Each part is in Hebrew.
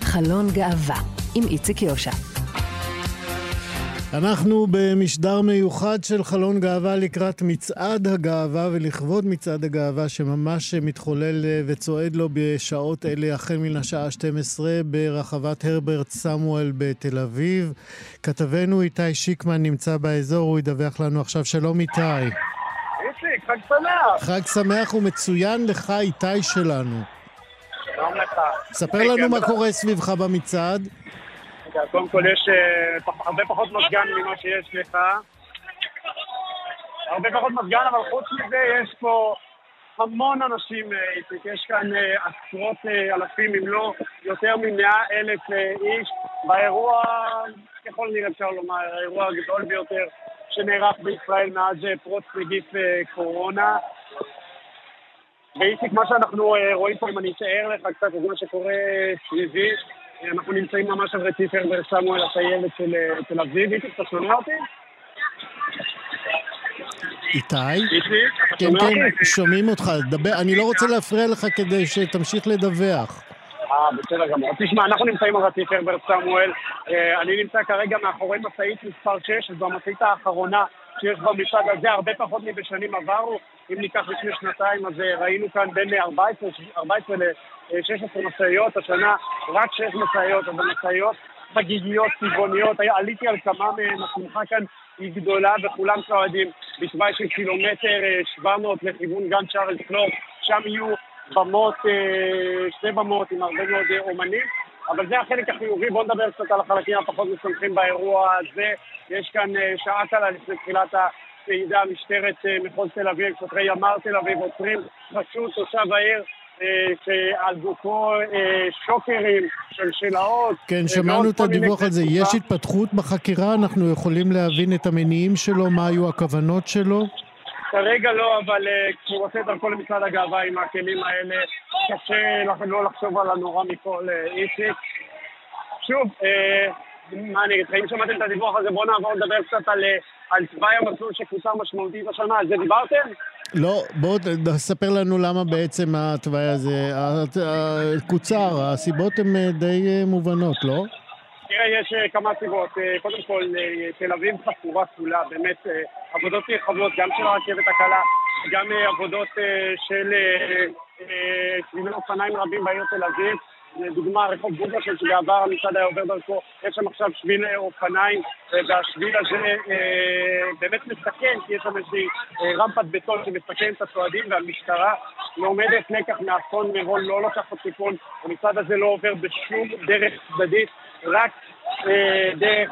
חלון גאווה עם איציק יושע. אנחנו במשדר מיוחד של חלון גאווה לקראת מצעד הגאווה ולכבוד מצעד הגאווה שממש מתחולל וצועד לו בשעות אלה החל מן השעה 12 ברחבת הרברט סמואל בתל אביב. כתבנו איתי שיקמן נמצא באזור, הוא ידווח לנו עכשיו. שלום איתי. איציק, חג שמח. חג שמח ומצוין לך איתי שלנו. שלום לך. ספר לנו מה קורה סביבך במצעד. קודם כל יש הרבה פחות מזגן ממה שיש לך. הרבה פחות מזגן, אבל חוץ מזה יש פה המון אנשים, יש כאן עשרות אלפים, אם לא יותר מ100,000 איש. באירוע, ככל נראה אפשר לומר, האירוע הגדול ביותר שנערך בישראל מאז פרוץ נגיף קורונה. ואיציק, מה שאנחנו רואים פה, אם אני אתאר לך קצת את מה שקורה סביבי, אנחנו נמצאים ממש על רציף הרברט סמואל, הטיילת של תל אביב. איציק, אתה שומע אותי? איתי? איציק, אתה כן, שומע אותי? כן, שומעים אותך. אני לא רוצה להפריע לך כדי שתמשיך לדווח. בסדר גמור. תשמע, אנחנו נמצאים על רציף הרברט סמואל. אני נמצא כרגע מאחורי משאית מספר 6, זו המשאית האחרונה שיש במצעד הזה, הרבה פחות מבשנים עברו. אם ניקח לפני שנתיים, אז ראינו כאן בין 14 ל-16 משאיות, השנה רק 6 משאיות, אבל משאיות חגיגיות, צבעוניות. עליתי על כמה מהן, השמחה כאן היא גדולה וכולם צועדים בתוואי של קילומטר 700 לכיוון גן צ'ארלס קלור. שם יהיו במות, 2 במות עם הרבה מאוד אומנים, אבל זה החלק החיובי. בואו נדבר קצת על החלקים הפחות משמחים באירוע הזה. יש כאן שעה קלה לפני תחילת הצעידה, משטרת מחוז תל אביב, שוטרי ימ"ר תל אביב, עוצרים חשוד תושב העיר שעל גופו שוקרים של שלאות. כן, שמענו את הדיווח הזה. יש התפתחות בחקירה? אנחנו יכולים להבין את המניעים שלו? מה היו הכוונות שלו? כרגע לא, אבל כשהוא עושה דרכו למצעד הגאווה עם הכלים האלה, קשה לא לחשוב על הנורא מכל. איציק. שוב, מה אני אגיד לך, אם שמעתם את הדיווח הזה, בואו נעבור לדבר קצת על צוואי המסלול שקוצר משמעותית השנה. על זה דיברתם? לא, בואו תספר לנו למה בעצם התוואי הזה קוצר. הסיבות הן די מובנות, לא? תראה, יש כמה סיבות. קודם כל, תל אביב חפורה כולה, באמת עבודות נרחבות, גם של הרכבת הקלה, גם עבודות של שבילי אופניים רבים בעיר תל אביב. לדוגמה, רחוב בודפשט שבעבר המצעד היה עובר דרכו, יש שם עכשיו שביל אופניים, והשביל הזה באמת מסכן, כי יש שם איזושהי רמפת בטון שמסכן את הצועדים, והמשטרה לומדת לקח מאסון מירון, לא לוקחת סיכון. המצעד הזה לא עובר בשום דרך צדדית, רק דרך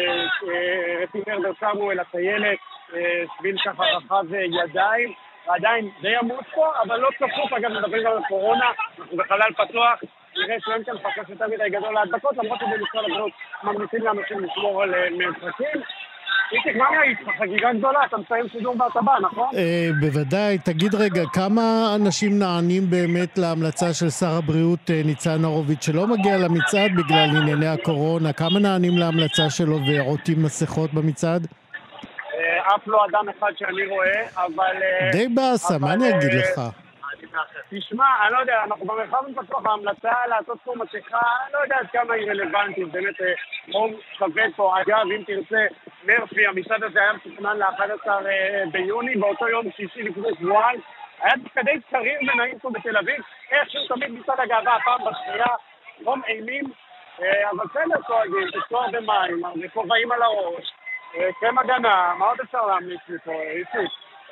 רציף הרברט סמואל, הטיילת, שביל ככה רחב ידיים. עדיין די עמוד פה, אבל לא צפוף. אגב, מדברים על הקורונה, אנחנו בחלל פתוח, נראה שאין כאן חשש יותר מדי גדול להדבקות, למרות שבמשרד הבריאות ממליצים לאנשים לשמור על מרחקים. איציק, מה נראה איתך? חגיגה גדולה, אתה מסיים שידור ואתה בא, נכון? בוודאי. תגיד רגע, כמה אנשים נענים באמת להמלצה של שר הבריאות ניצן הורוביץ שלא מגיע למצעד בגלל ענייני הקורונה? כמה נענים להמלצה שלו ועוטים מסכות במצעד? אף לא אדם אחד שאני רואה, אבל... די באסה, מה אני אגיד לך? תשמע, אני לא יודע, אנחנו במרחב מפתוח, ההמלצה לעשות פה מסכה, לא יודע עד כמה היא רלוונטית, באמת רוב כבד פה. אגב, אם תרצה, מרפי, המשרד הזה היה מתוכנן ל-11 ביוני, באותו יום שישי לפני שבועיים, היה די קריר ונעים פה בתל אביב, איכשהו תמיד מצעד הגאווה, הפעם בשנייה, רום אימים, אבל בסדר צועדים, תצוע במים, וכובעים על הראש, קרם הגנה, מה עוד אפשר להמליץ מפה, איציק?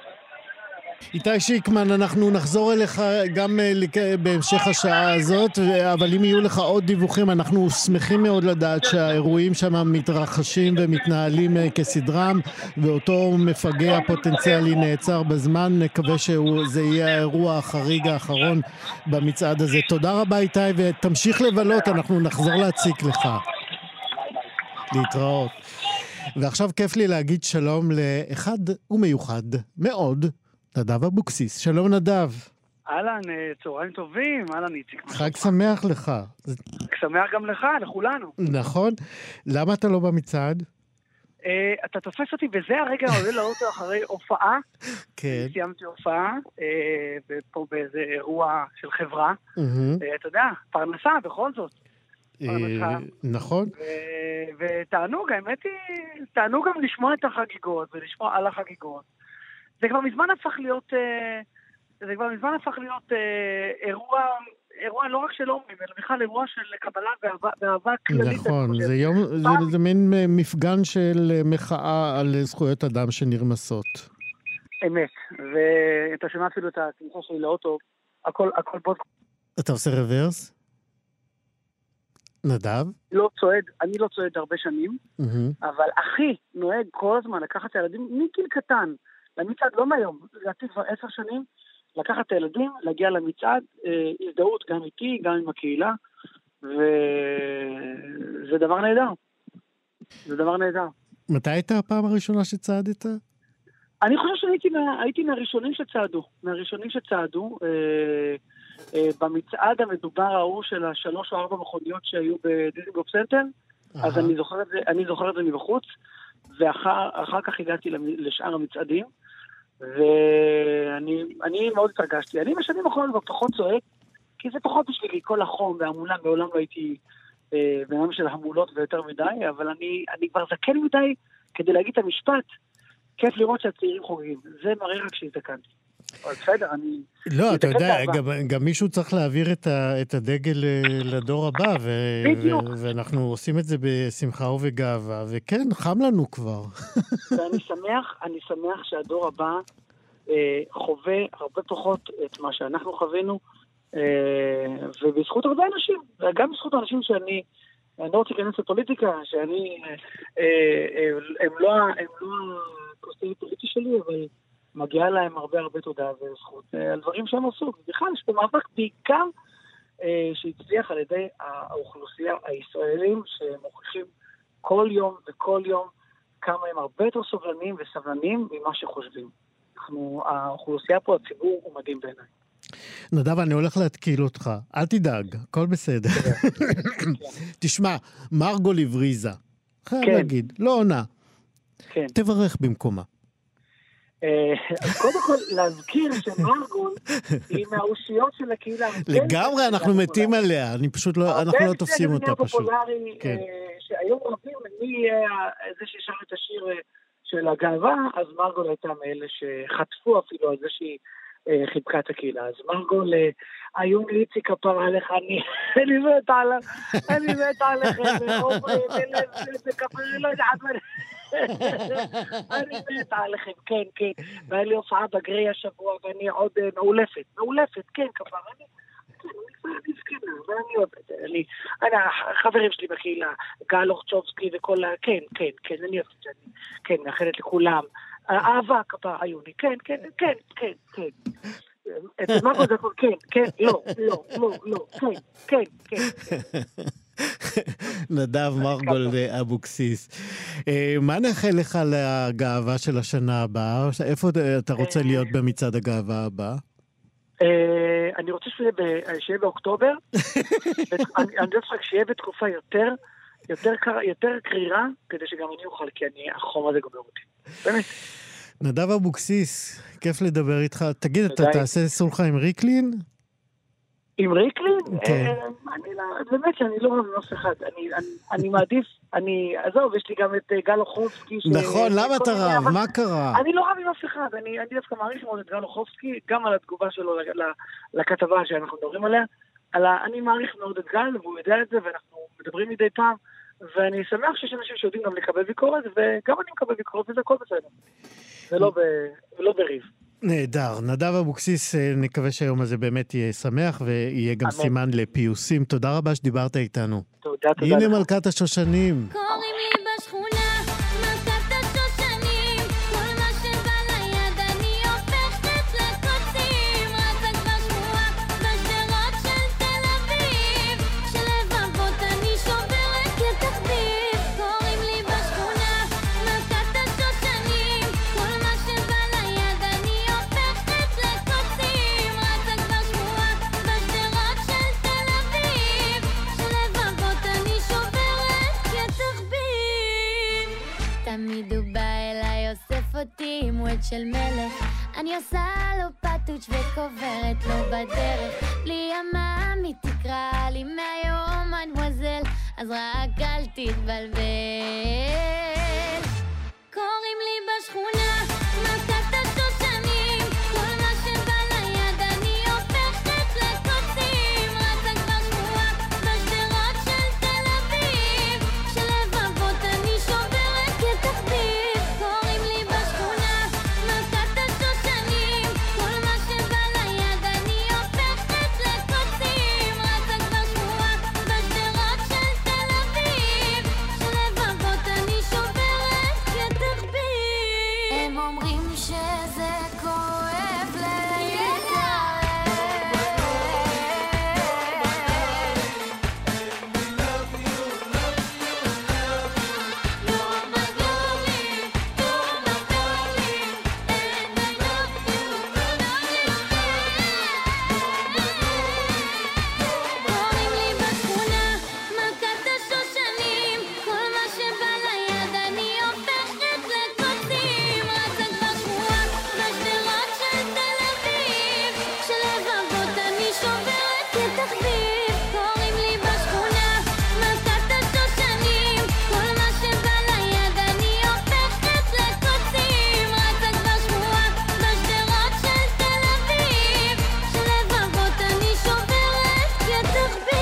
איתי שיקמן, אנחנו נחזור אליך גם בהמשך השעה הזאת, אבל אם יהיו לך עוד דיווחים, אנחנו שמחים מאוד לדעת שהאירועים שם מתרחשים ומתנהלים כסדרם, ואותו מפגע פוטנציאלי נעצר בזמן. נקווה שזה יהיה האירוע החריג האחרון במצעד הזה. תודה רבה איתי, ותמשיך לבלות, אנחנו נחזור להציק לך. להתראות. ועכשיו כיף לי להגיד שלום לאחד ומיוחד מאוד, נדב אבוקסיס. שלום נדב. אהלן, צהריים טובים, אהלן איציק. חג שמח לך. חג שמח גם לך, לכולנו. נכון. למה אתה לא במצעד? אתה תופס אותי, וזה הרגע עולה לאוטו אחרי הופעה. כן. סיימתי הופעה, פה באיזה אירוע של חברה. אתה יודע, פרנסה בכל זאת. נכון. ותענוג, האמת היא, תענוג גם לשמוע את החגיגות, ולשמוע על החגיגות. זה כבר מזמן הפך להיות אירוע לא רק של אומרים, אלא בכלל אירוע של קבלה ואהבה כללית. נכון, זה מין מפגן של מחאה על זכויות אדם שנרמסות. אמת, ואתה שומע אפילו את התמיכה שלי לאוטו, הכל בוד. אתה עושה רוורס? נדב? אני לא צועד הרבה שנים, אבל אחי נוהג כל הזמן לקחת את הילדים מגיל קטן, למצעד לא מהיום, לדעתי כבר 10 שנים, לקחת את הילדים, להגיע למצעד, הזדהות גם איתי, גם עם הקהילה, וזה דבר נהדר. זה דבר נהדר. מתי הייתה הפעם הראשונה שצעדת? אני חושב שהייתי מהראשונים שצעדו, במצעד המדובר ההוא של 3 או 4 מכוניות שהיו בדיזינגוף סנטר, אז אני זוכר את זה מבחוץ, ואחר כך הגעתי לשאר המצעדים, ואני מאוד התרגשתי. אני בשנים האחרונות פחות צועק, כי זה פחות בשבילי, כל החום והמולה, מעולם לא הייתי בעולם של המולות ויותר מדי, אבל אני כבר זקן מדי כדי להגיד את המשפט, כיף לראות שהצעירים חוגגים. זה מראה רק שהזדקנתי. אבל בסדר, לא, אתה יודע, גם מישהו צריך להעביר את הדגל לדור הבא, ואנחנו עושים את זה בשמחה ובגאווה, וכן, חם לנו כבר. ואני שמח שהדור הבא חווה הרבה פחות את מה שאנחנו חווינו, ובזכות הרבה אנשים, וגם בזכות האנשים שאני לא רוצה להיכנס לפוליטיקה, הם לא הקוסטים הפוליטי שלי, אבל מגיעה להם הרבה תודה וזכות על דברים שהם עשו. בכלל, יש פה מאבק בעיקר שהצליח על ידי האוכלוסייה הישראלים, שמוכיחים כל יום וכל יום כמה הם הרבה יותר סובלנים וסבלנים ממה שחושבים. האוכלוסייה פה, הציבור, הוא מדהים בעיניי. נדב, אני הולך להתקיל אותך. אל תדאג, הכל בסדר. תשמע, מרגול הבריזה. חייב להגיד, לא עונה. תברך במקומה. אז קודם כל, להזכיר שמרגול היא מהאושיות של הקהילה. לגמרי, אנחנו מתים עליה. אנחנו לא תופסים אותה פשוט. שהיום רבים, מי זה ששר את השיר של הגאווה, אז מרגול הייתה מאלה שחטפו אפילו על זה שהיא חיבקה את הקהילה. אז מרגול, היום ליצי כפר עליך, אני מת עליכם, זה כפר, לא יודעת מה, אני מת עליכם, כן, והיה לי הופעה בגרי השבוע, ואני עוד מעולפת, כן, כפר, אני נזכנה, ואני אוהבת, חברים שלי בקהילה, גל אורצ'ובסקי וכל, כן, אני אוהבת, כן, מאחלת לכולם, אהבה כפר עיוני, כן. את מה זה הכל, כן, לא, כן. נדב מרגול אבוקסיס. מה נאחל לך לגאווה של השנה הבאה? איפה אתה רוצה להיות במצעד הגאווה הבאה? אני רוצה שיהיה באוקטובר. אני רוצה שיהיה בתקופה יותר קרירה, כדי שגם אני אוכל, כי החום הזה גומר אותי. באמת. נדב אבוקסיס, כיף לדבר איתך. תגיד, אתה תעשה סולחה עם ריקלין? עם ריקלין? כן. באמת שאני לא אוהב נוס אחד. אני מעדיף, עזוב, יש לי גם את גל אוחובסקי. נכון, למה אתה רב? מה קרה? אני לא רב עם אף אחד. אני דווקא מעריך מאוד את גל אוחובסקי, גם על התגובה שלו לכתבה שאנחנו מדברים עליה. אני מעריך מאוד את גל, והוא יודע את זה, ואנחנו מדברים מדי פעם, ואני שמח שיש אנשים שיודעים גם לקבל ביקורת, וגם אני מקבל ביקורת, וזה הכל בסדר. ולא בריב. נהדר. נדב אבוקסיס, נקווה שהיום הזה באמת יהיה שמח, ויהיה גם סימן לפיוסים. תודה רבה שדיברת איתנו. תודה. הנה מלכת השושנים. קוראים לי בשכונה, מלכת השושנים, כל מה שבא ליד אני הופכת לקוצים, רצה כבר שמועה בשדרות של תל אביב, שלבבות אני שוברת כתחביב. קוראים לי בשכונה, מלכת השושנים, כל מה שבא ליד אני הופכת לקוצים, רצה כבר שמועה בשדרות של תל אביב, שלבבות אני שוברת כתחביב. תמיד הוא בא אליי, אוסף אותי עם ווד של מלך, אני עושה לו פטוץ' וקוברת לו בדרך, בלי המאמי תקרא לי מהיום אדמואזל, אז רק אל תתבלבל. קוראים לי בשכונה מלכת השושנים, כל מה שבא ליד אני הופכת לקוצים. רצה כבר שבועה בשדרות של תל אביב, שלבבות אני שוברת כתחביב. קוראים לי בשכונה מלכת השושנים, כל מה שבא ליד אני הופכת לקוצים. רצה כבר שבועה בשדרות של תל אביב, שלבבות אני שוברת כתחביב. הם אומרים שזה כואב קוראים לי בשכונה מלכת השושנים, כל מה שבא ליד אני הופכת לקוצים. רצה כבר שבועה בשדרות של תל אביב, שלבבות אני שוברת כתחביב. קוראים לי בשכונה מלכת השושנים, כל מה שבא ליד אני הופכת לקוצים. רצה כבר שבועה בשדרות של תל אביב, שלבבות אני שוברת כתחביב.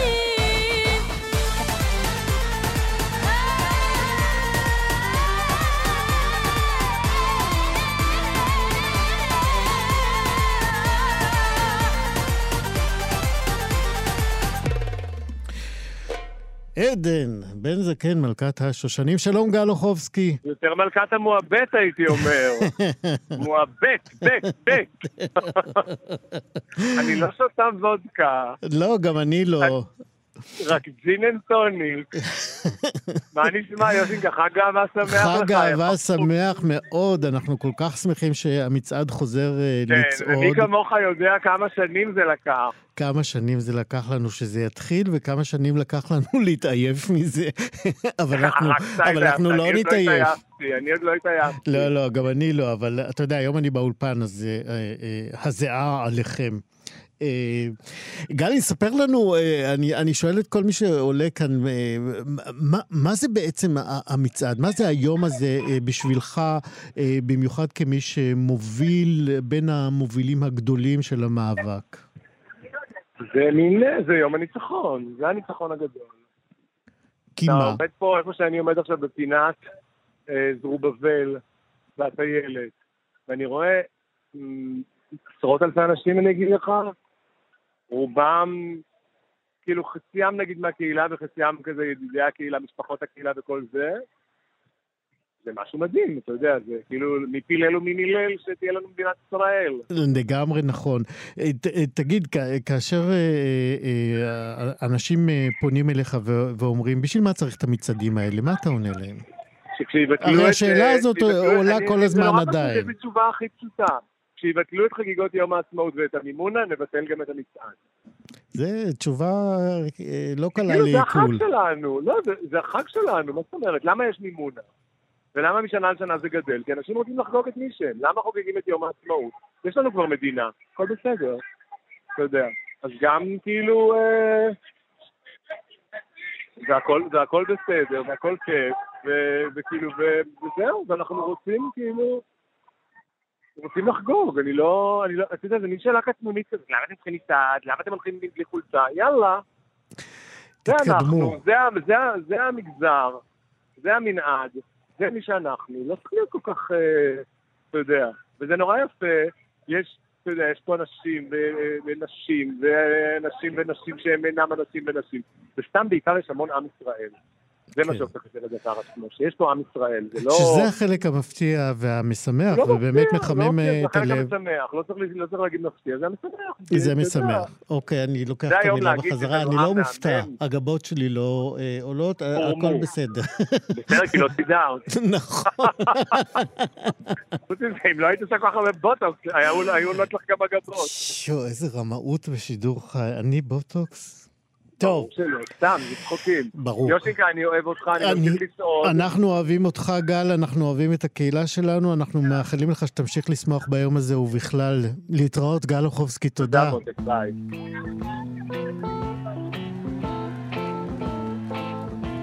עדן, בן זקן, מלכת השושנים. שלום גל אוחובסקי. יותר מלכת המואבט הייתי אומר. מואבט, בט. אני לא שותה וודקה, לא, גם אני לא. רק ג'ין אנד טוניק. מה נשמע, יושינקה, חג אהבה שמח לך. חג אהבה שמח מאוד, אנחנו כל כך שמחים שהמצעד חוזר כן, לצעוד. ומי כמוך יודע כמה שנים זה לקח. כמה שנים זה לקח לנו שזה יתחיל, וכמה שנים לקח לנו להתעייף מזה. אבל אנחנו לא נתעייף. אני עוד לא התעייפתי. לא, גם אני לא, אבל אתה יודע, היום אני באולפן, אז הזיעה עליכם. גלי, ספר לנו, אני שואל את כל מי שעולה כאן, מה זה בעצם המצעד? מה זה היום הזה בשבילך, במיוחד כמי שמוביל בין המובילים הגדולים של המאבק? זה יום הניצחון, זה הניצחון הגדול. כי אתה מה? עומד פה, איפה שאני עומד עכשיו בפינת זרובבל והטיילת, ואני רואה עשרות אלפי אנשים, אני אגיד לך, רובם, כאילו חציים נגיד מהקהילה וחציים כזה ידידי הקהילה, משפחות הקהילה וכל זה, זה משהו מדהים, אתה יודע, זה כאילו מפילל וממילל שתהיה לנו מדינת ישראל. לגמרי נכון. תגיד, כאשר אנשים פונים אליך ואומרים, בשביל מה צריך את המצעדים האלה? מה אתה עונה להם? הרי השאלה הזאת עולה כל הזמן עדיין. זה בתשובה הכי פשוטה. כשיבטלו את חגיגות יום העצמאות ואת המימונה, נבטל גם את המצעד. זה תשובה לא קלה כאילו זה החג לעיכול. שלנו, לא, זה החג שלנו, מה זאת אומרת? למה יש מימונה? ולמה משנה לשנה זה גדל? כי אנשים רוצים לחגוג את מי שהם. למה חוגגים את יום העצמאות? יש לנו כבר מדינה, הכל בסדר. אתה יודע. אז גם כאילו... זה הכל בסדר, והכל כיף, וכאילו, וזהו, ואנחנו רוצים כאילו... רוצים לחגוג, אני לא, אתה יודע, זה מין שאלה קטנונית כזאת, למה אתם צריכים מצעד? למה אתם הולכים בלי חולצה? יאללה. זה אנחנו, זה המגזר, זה המנעד, זה מי שאנחנו, לא צריך להיות כל כך, אתה יודע, וזה נורא יפה, יש, אתה יודע, יש פה אנשים ונשים, ונשים ונשים שהם אינם אנשים ונשים, וסתם בעיקר יש המון עם ישראל. זה מה שהופך את זה לדבר עצמו, שיש פה עם ישראל, זה לא... שזה החלק המפתיע והמשמח, ובאמת מחמם את הלב. זה החלק המשמח, לא צריך להגיד מפתיע, זה המשמח. זה משמח. אוקיי, אני לוקח את המילה בחזרה, אני לא מופתע, הגבות שלי לא עולות, הכל בסדר. בסדר, כי לא תדע. נכון. חוץ מזה, אם לא היית עושה כל כך הרבה בוטוקס, היו עולות לך גם הגבות. שו, איזה רמאות בשידור חי, אני בוטוקס? טוב. סתם, זה צחוקים. ברור. יושינקה, אני אוהב אותך, אני ממשיך לצעוד. אנחנו אוהבים אותך, גל, אנחנו אוהבים את הקהילה שלנו, אנחנו מאחלים לך שתמשיך לשמוח ביום הזה ובכלל. להתראות, גל אוחובסקי, תודה. תודה, ביי.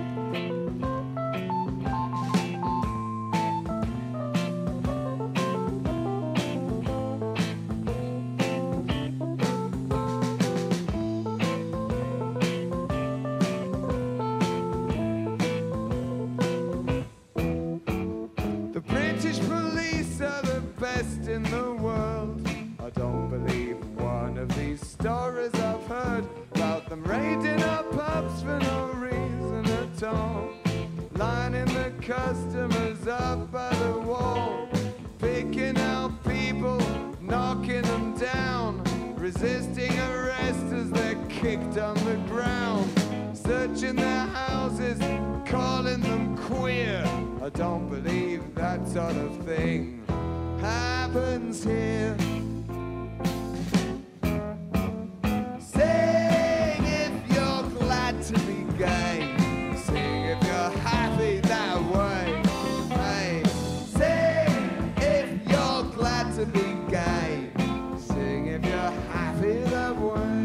customers up by the wall, picking out people, knocking them down, resisting arrest as they're kicked on the ground, searching their houses, calling them queer. I don't believe that sort of thing happens here. Sing if you're glad to be gay. Sing if you're happy that way. Hey, sing if you're glad to be gay. Sing if you're happy that way.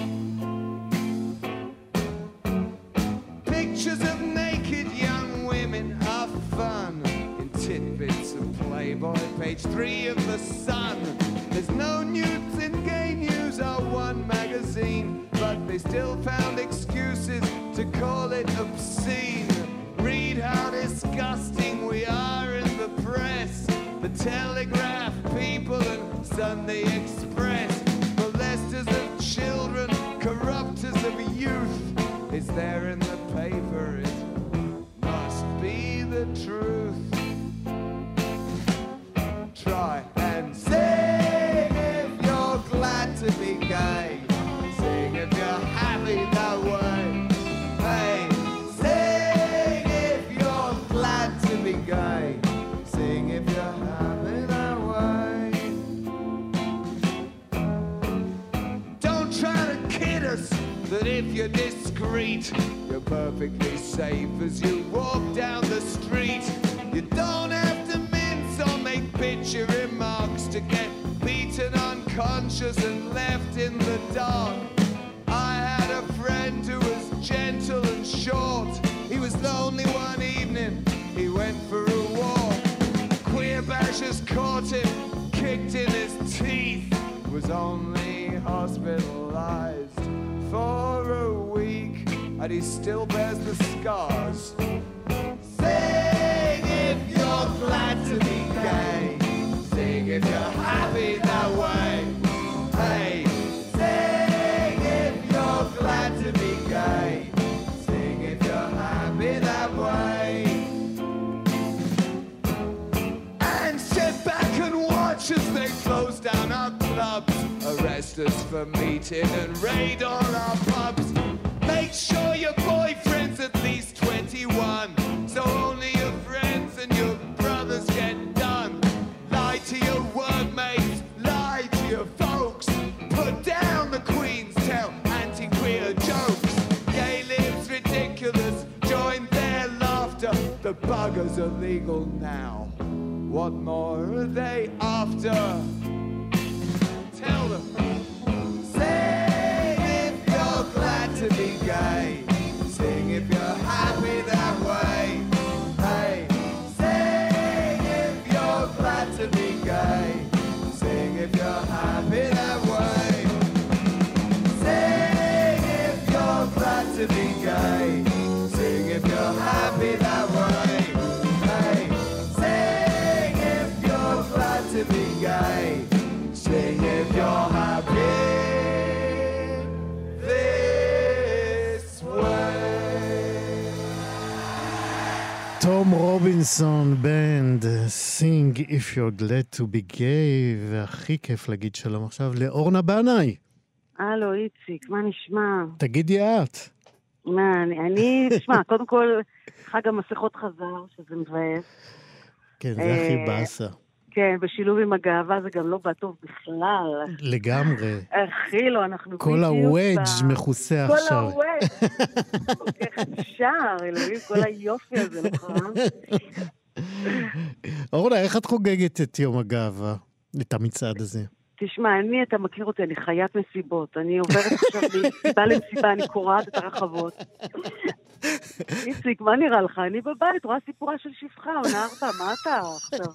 Pictures of naked young women are fun in tidbits of Playboy, page 3 of The Sun. There's no nudes in Gay News or One magazine, but they still found excuses to call it obscene. Read how disgusting we are in the press. The Telegraph, People and Sunday Express. Molesters of children, corrupters of youth. It's there in the paper, it must be the truth. Try and sing if you're glad to be gay. Sing if you're happy that way. Hey, sing if you're glad to be gay. Sing if you're happy that way. Don't try to kid us that if you're discreet, you're perfectly safe as you walk down the street. You don't have to mince or make bitchy remarks to get beaten unconscious and left in the dark. I had a friend who was gentle and short. He was lonely one evening, he went for a walk. Queer bashers caught him, kicked in his teeth. Was only hospitalized for a week, and he still bears the scars. Sing if you're glad to be gay. Sing if you're happy that way. Hey, sing if you're glad to be gay. Sing if you're happy that way. And sit back and watch as they close down our clubs, arrest us for meeting and raid all our pubs. Make sure your boyfriend's at least 21, so only your friends and your brothers get done. Lie to your workmates, lie to your folks. Put down the Queen's, tell anti-queer jokes. Gay lives ridiculous, join their laughter. The buggers are legal now. What more are they after? Tell them. Sing if you're glad to be gay. Sing if you're happy that way. Hey, sing if you're glad to be gay. Sing if you're happy that way. Sing if you're glad to be gay. Sing if you're happy that way. Hey, sing if you're glad to be gay. Sing if you're happy this way. תום רובינסון בנד, Sing if you're glad to be gay, והכי כיף להגיד שלום עכשיו לאורנה בנאי. הלו, איציק, מה נשמע? תגידי את. מה, אני נשמע, קודם כל, חג המסכות חזר, שזה מבאס. כן, זה הכי באסה. כן, בשילוב עם הגאווה זה גם לא בא טוב בכלל. לגמרי. הכי לא, אנחנו כל הוודג' מכוסה עכשיו. כל הוודג'. איך אפשר, אלוהים, כל היופי הזה, נכון? אורנה, איך את חוגגת את יום הגאווה? את המצעד הזה? תשמע, אתה מכיר אותי, אני חיית מסיבות. אני עוברת עכשיו מסיבה למסיבה, אני קוראת את הרחבות. איציק, מה נראה לך? אני בבית, רואה סיפורה של שפחה, עונה 4, מה אתה עכשיו?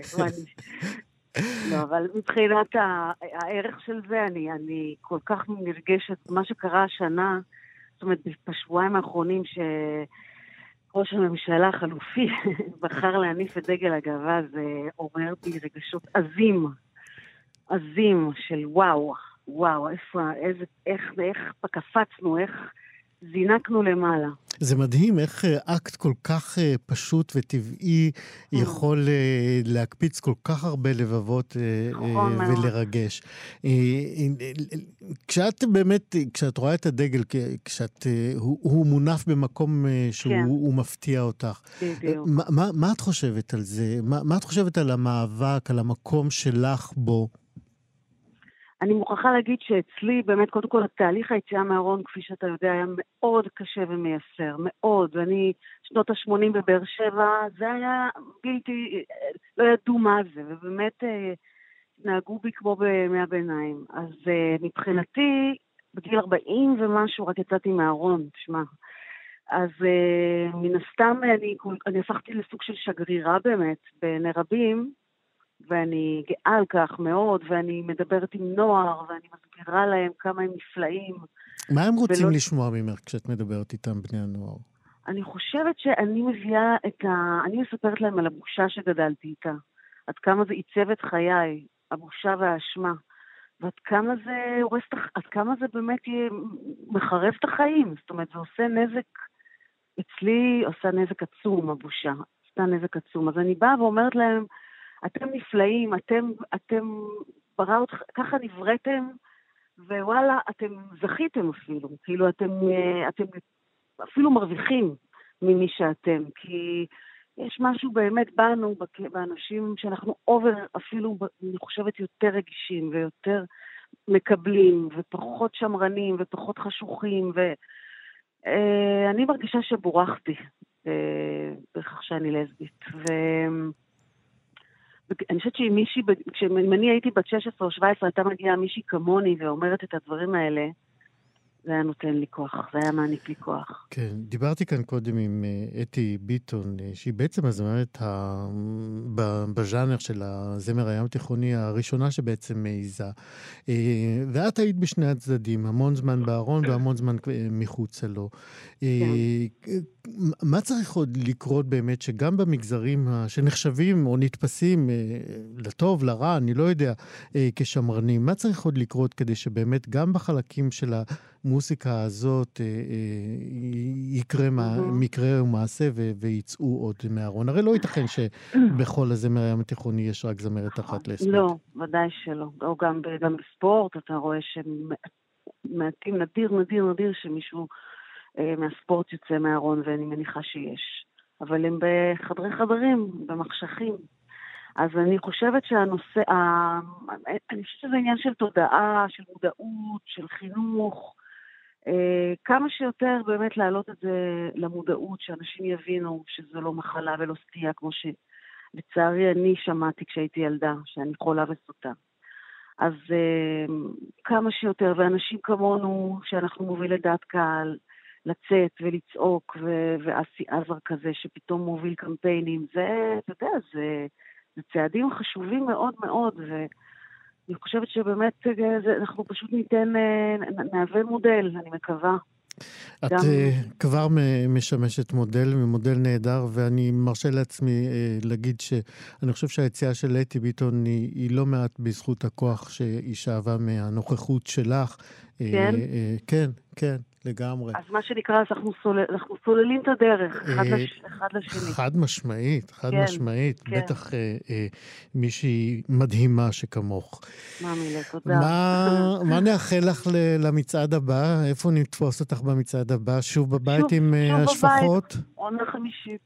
לא, אבל מבחינת הערך של זה, אני כל כך נרגשת. מה שקרה השנה, זאת אומרת, בשבועיים האחרונים שראש הממשלה החלופי בחר להניף את דגל הגאווה, זה עורר בי רגשות עזים של וואו, איך קפצנו, איך זינקנו למעלה. זה מדהים איך אקט כל כך פשוט וטבעי יכול להקפיץ כל כך הרבה לבבות ולרגש. כשאת רואה את הדגל, הוא מונף במקום שהוא מפתיע אותך. מה את חושבת על זה? מה את חושבת על המאבק, על המקום שלך בו? אני מוכרחה להגיד שאצלי, באמת, קודם כל, התהליך היציאה מהארון, כפי שאתה יודע, היה מאוד קשה ומייסר, מאוד. ואני, שנות ה-80 בבאר שבע, זה היה בלתי, לא ידעו מה זה, ובאמת נהגו בי כמו בימי הביניים. אז מבחינתי, בגיל 40 ומשהו, רק יצאתי מהארון, תשמע. אז מן הסתם, אני הפכתי לסוג של שגרירה באמת, בעיני רבים, ואני גאה על כך מאוד, ואני מדברת עם נוער, ואני מסבירה להם כמה הם נפלאים. מה הם רוצים לשמוע ממך כשאת מדברת איתם, בני הנוער? אני חושבת שאני מביאה אני מספרת להם על הבושה שגדלתי איתה. עד כמה זה עיצב את חיי, הבושה והאשמה. ועד כמה זה עד כמה זה באמת מחרב את החיים. זאת אומרת, זה עושה נזק, אצלי עושה נזק עצום, הבושה. עושה נזק עצום. אז אני באה ואומרת להם, אתם נפלאים, אתם בראו, ככה נבראתם, ווואלה, אתם זכיתם אפילו, כאילו אתם אפילו מרוויחים ממי שאתם, כי יש משהו באמת בנו, באנשים שאנחנו אפילו, אני חושבת, יותר רגישים ויותר מקבלים, ופחות שמרנים ופחות חשוכים, ואני מרגישה שבורחתי בכך שאני לסבית, אני חושבת אם אני הייתי בת 16 או 17, הייתה מגיעה מישהי כמוני ואומרת את הדברים האלה, זה היה נותן לי כוח, זה היה מעניק לי כוח. כן, דיברתי כאן קודם עם אתי ביטון, שהיא בעצם הזמרת בז'אנר של הזמר הים תיכוני הראשונה שבעצם מעיזה. ואת היית בשני הצדדים, המון זמן בארון והמון זמן מחוצה לו. מה צריך עוד לקרות באמת שגם במגזרים שנחשבים או נתפסים לטוב, לרע, אני לא יודע, כשמרנים, מה צריך עוד לקרות כדי שבאמת גם בחלקים של המוסיקה הזאת יקרה מקרה ומעשה ויצאו עוד מהארון? הרי לא ייתכן שבכל הזמר הים התיכוני יש רק זמרת אחת לסבית. לא, ודאי שלא. או גם בספורט אתה רואה שמעטים נדיר שמישהו מהספורט יוצא מהארון, ואני מניחה שיש. אבל הם בחדרי חדרים, במחשכים. אז אני חושבת שהנושא, אני חושבת שזה עניין של תודעה, של מודעות, של חינוך, כמה שיותר באמת להעלות את זה למודעות, שאנשים יבינו שזה לא מחלה ולא סטייה, כמו שלצערי אני שמעתי כשהייתי ילדה, שאני חולה וסוטה. אז כמה שיותר, ואנשים כמונו, שאנחנו מובילי דעת קהל, לצאת ולצעוק, ואסי עזר כזה שפתאום מוביל קמפיינים, זה, אתה יודע, זה צעדים חשובים מאוד מאוד, ואני חושבת שבאמת אנחנו פשוט נהווה מודל, אני מקווה. את כבר משמשת מודל נהדר, ואני מרשה לעצמי להגיד שאני חושב שהיציאה של אתי ביטון היא לא מעט בזכות הכוח שהיא שאבה מהנוכחות שלך. כן, כן, לגמרי. אז מה שנקרא, אנחנו סוללים את הדרך, אחד לשני. חד משמעית. בטח מישהי מדהימה שכמוך. מילה, תודה. מה נאחל לך למצעד הבא? איפה נתפוס אותך במצעד הבא? שוב בבית עם השפחות? שוב בבית, עונה חמישית.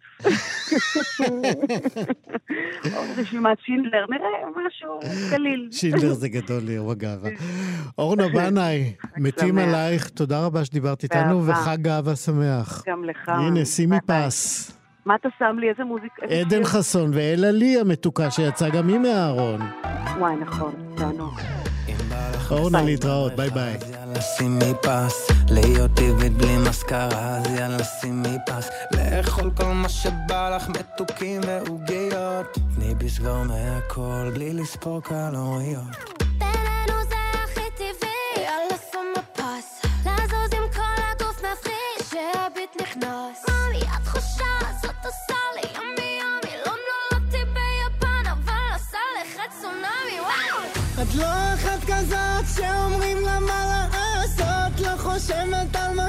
עוד רשימת שינדלר, נראה משהו קליל. שינדלר זה גדול ליום הגאווה. אורנה בנאי, מתים עלייך, תודה רבה שדיברת איתנו, וחג גאווה שמח. גם לך. הנה, שימי פס. מה אתה שם לי? איזה מוזיקה? עדן חסון ואלה לי המתוקה שיצא גם היא מהארון. וואי, נכון, תענו. אורנה, להתראות, ביי ביי. יאללה שימי פס, להיות טבעית בלי מזכרה, אז יאללה שימי פס, לאכול כל מה שבא לך, מתוקים ועוגיות, תני בסגור מהכל, בלי לספור קלוריות. בינינו זה הכי טבעי, יאללה שימי פס, לזוז עם כל הגוף מפחיד, שהביט נכנס. מאמי, התחושה הזאת עושה לי ימי ימי, לא נולדתי ביפן, אבל עושה לך צונאמי, וואו. את לא אחת כזאת שאומרים לה מה לעשות, לא חושבת על מחר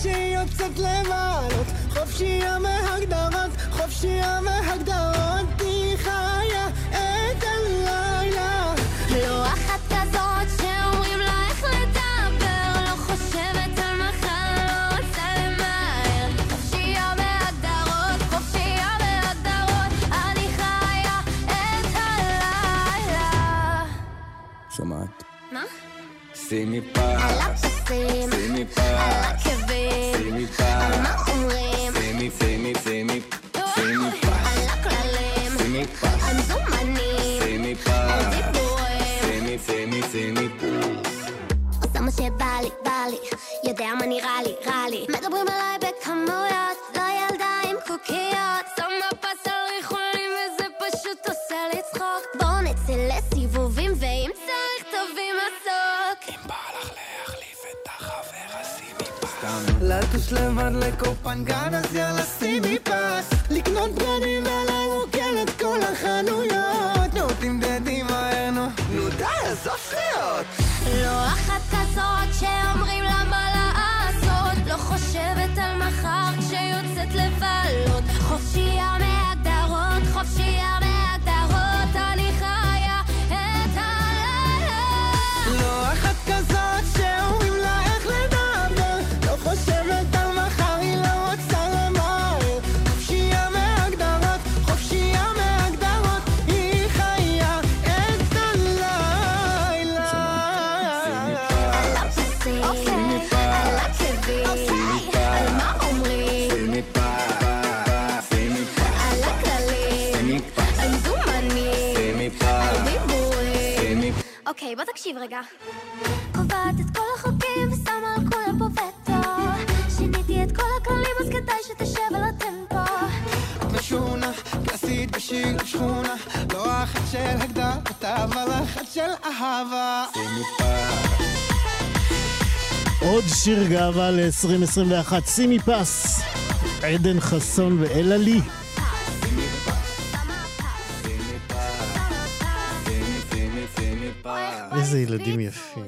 שיוצאת לבלות, חופשייה מהגדרות, חופשייה מהגדרות, היא חיה את הלילה. לא אחת כזאת שאומרים לה איך לדבר, לא חושבת על מחר, לא רוצה למהר. חופשייה בהגדרות, חופשייה בהגדרות, אני חיה את הלילה. שומעת? מה? שימי על פס, הפסים, שימי על פס, עקבים, שימי על מה פס, אומרים, שימי על הכללים, שימי פס, על זומנים, שימי על פס, דיבורים. שימי פס. עושה מה שבא לי, בא לי, יודע מה נראה לי, רע לי. מדברים עליי בכמויות, לא ילדה עם קוקיות. שמה פס על ריחולים וזה פשוט עושה לי צחוק. בואו נצא לסיבובים ואם צריך תביא מסוק. אם בא לך להחליף את החבר אז שימי פס. לטוס לבד לקופנגן אז יאללה שימי פס. לקנות בגדים ולרוקן את כל החנויות. נו תמדדי מהר נו די עזוב שטויות. לא אחת כזאת שאומרים לה מה לעשות, לא חושבת על מחר כשיוצאת לבלות. חופשייה מהגדרות, חופשייה מהגדרות, אני חיה את הלילה. לא אחת כזאת שאומרים לה איך לדבר, לא חושבת על מחר היא לא רוצה למהר. חופשייה מהגדרות, חופשייה מהגדרות, היא חיה את הלילה. על הפסים, על עקבים, על מה אומרים, על הכללים, על זומנים, על דיבורים. אוקיי, בוא תקשיב רגע. קובעת את כל החוקים ושמה על כולם פה וטו. שיניתי את כל הכללים אז כדאי שתשב על הטמפו. משונה, קלאסית בשיר שכונה, לא אחת של הגדרות אבל אחת של אהבה. עוד שיר גאווה ל-2021, שימי פס, עדן חסון ואלה לי. איזה ילדים יפים.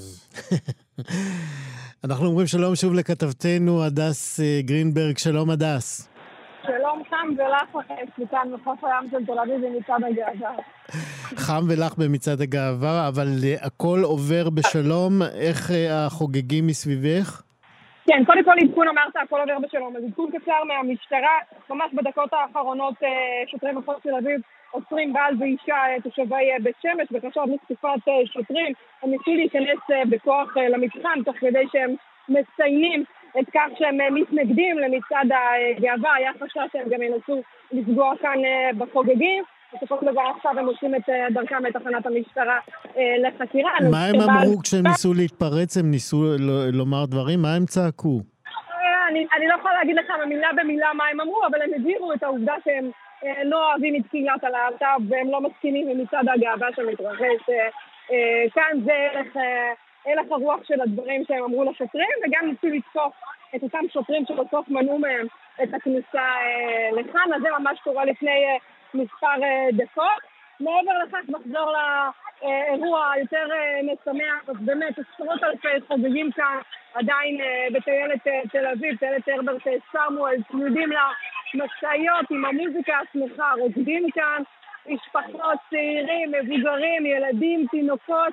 אנחנו אומרים שלום שוב לכתבתנו הדס גרינברג. שלום הדס. שלום חם ולך לכם, כאן מחוף הים של תל אביב במצעד הגאווה. חם ולך במצעד הגאווה, אבל הכל עובר בשלום. איך החוגגים מסביבך? כן, קודם כל עדכון אמרת, הכל עובר בשלום. אז עדכון קצר מהמשטרה, ממש בדקות האחרונות שוטרי מחוז תל אביב עוצרים בעל ואישה תושבי בית שמש בחשד לתקיפת שוטרים. הם ניסו להיכנס בכוח למתחם תוך כדי שהם מציינים את כך שהם מתנגדים למצעד הגאווה. היה חשש שהם גם ינסו לפגוע כאן בחוגגים. בסופו של דבר עכשיו הם עושים את דרכם לתחנת המשטרה לחקירה. מה הם אמרו כשהם ניסו להתפרץ? הם ניסו לומר דברים? מה הם צעקו? אני לא יכולה להגיד לך מילה במילה מה הם אמרו, אבל הם הדירו את העובדה שהם לא אוהבים את קהילת הלהט"ב והם לא מסכימים עם מצעד הגאווה שמתרחש כאן. זה הלך הרוח של הדברים שהם אמרו לשוטרים, וגם ניסו לתקוף את אותם שוטרים שבסוף מנעו מהם את הכניסה לכאן. אז זה ממש קורה לפני מספר דקות. מעבר לכך נחזור לאירוע יותר משמח. אז באמת עשרות אלפי חוגגים כאן עדיין בטיילת תל אביב, טיילת הרברט סמואל, צמודים למשאיות עם המוזיקה השמחה, רוקדים כאן משפחות, צעירים, מבוגרים, ילדים, תינוקות,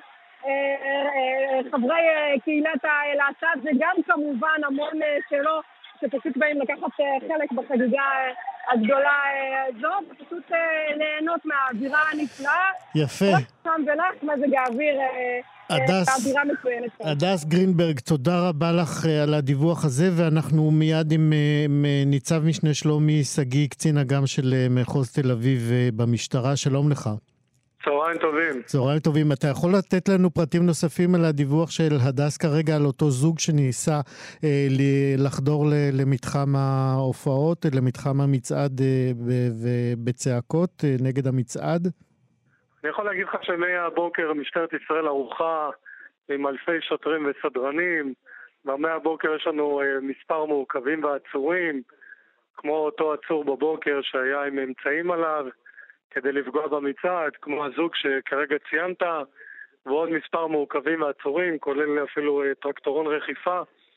חברי קהילת הלהט"ב, וגם כמובן המון שלו שפשוט באים לקחת חלק בחגיגה הגדולה הזאת, ופשוט ליהנות מהאווירה הנפלאה. יפה. שם ולך, מזג האוויר, האווירה מצוינת. הדס גרינברג, תודה רבה לך על הדיווח הזה, ואנחנו מיד עם ניצב משנה שלומי סגי, קצין אג"ם של מחוז תל אביב במשטרה. שלום לך. צהריים טובים. צהריים טובים. אתה יכול לתת לנו פרטים נוספים על הדיווח של הדס כרגע, על אותו זוג שניסה לחדור למתחם ההופעות, למתחם המצעד בצעקות נגד המצעד? אני יכול להגיד לך שמהבוקר משטרת ישראל ערוכה עם אלפי שוטרים וסדרנים, ומהבוקר יש לנו מספר מעוכבים ועצורים, כמו אותו עצור בבוקר שהיה עם אמצעים עליו, כדי לפגוע במצעד, כמו הזוג שכרגע ציינת, ועוד מספר מעוכבים ועצורים, כולל אפילו טרקטורון רכיפה.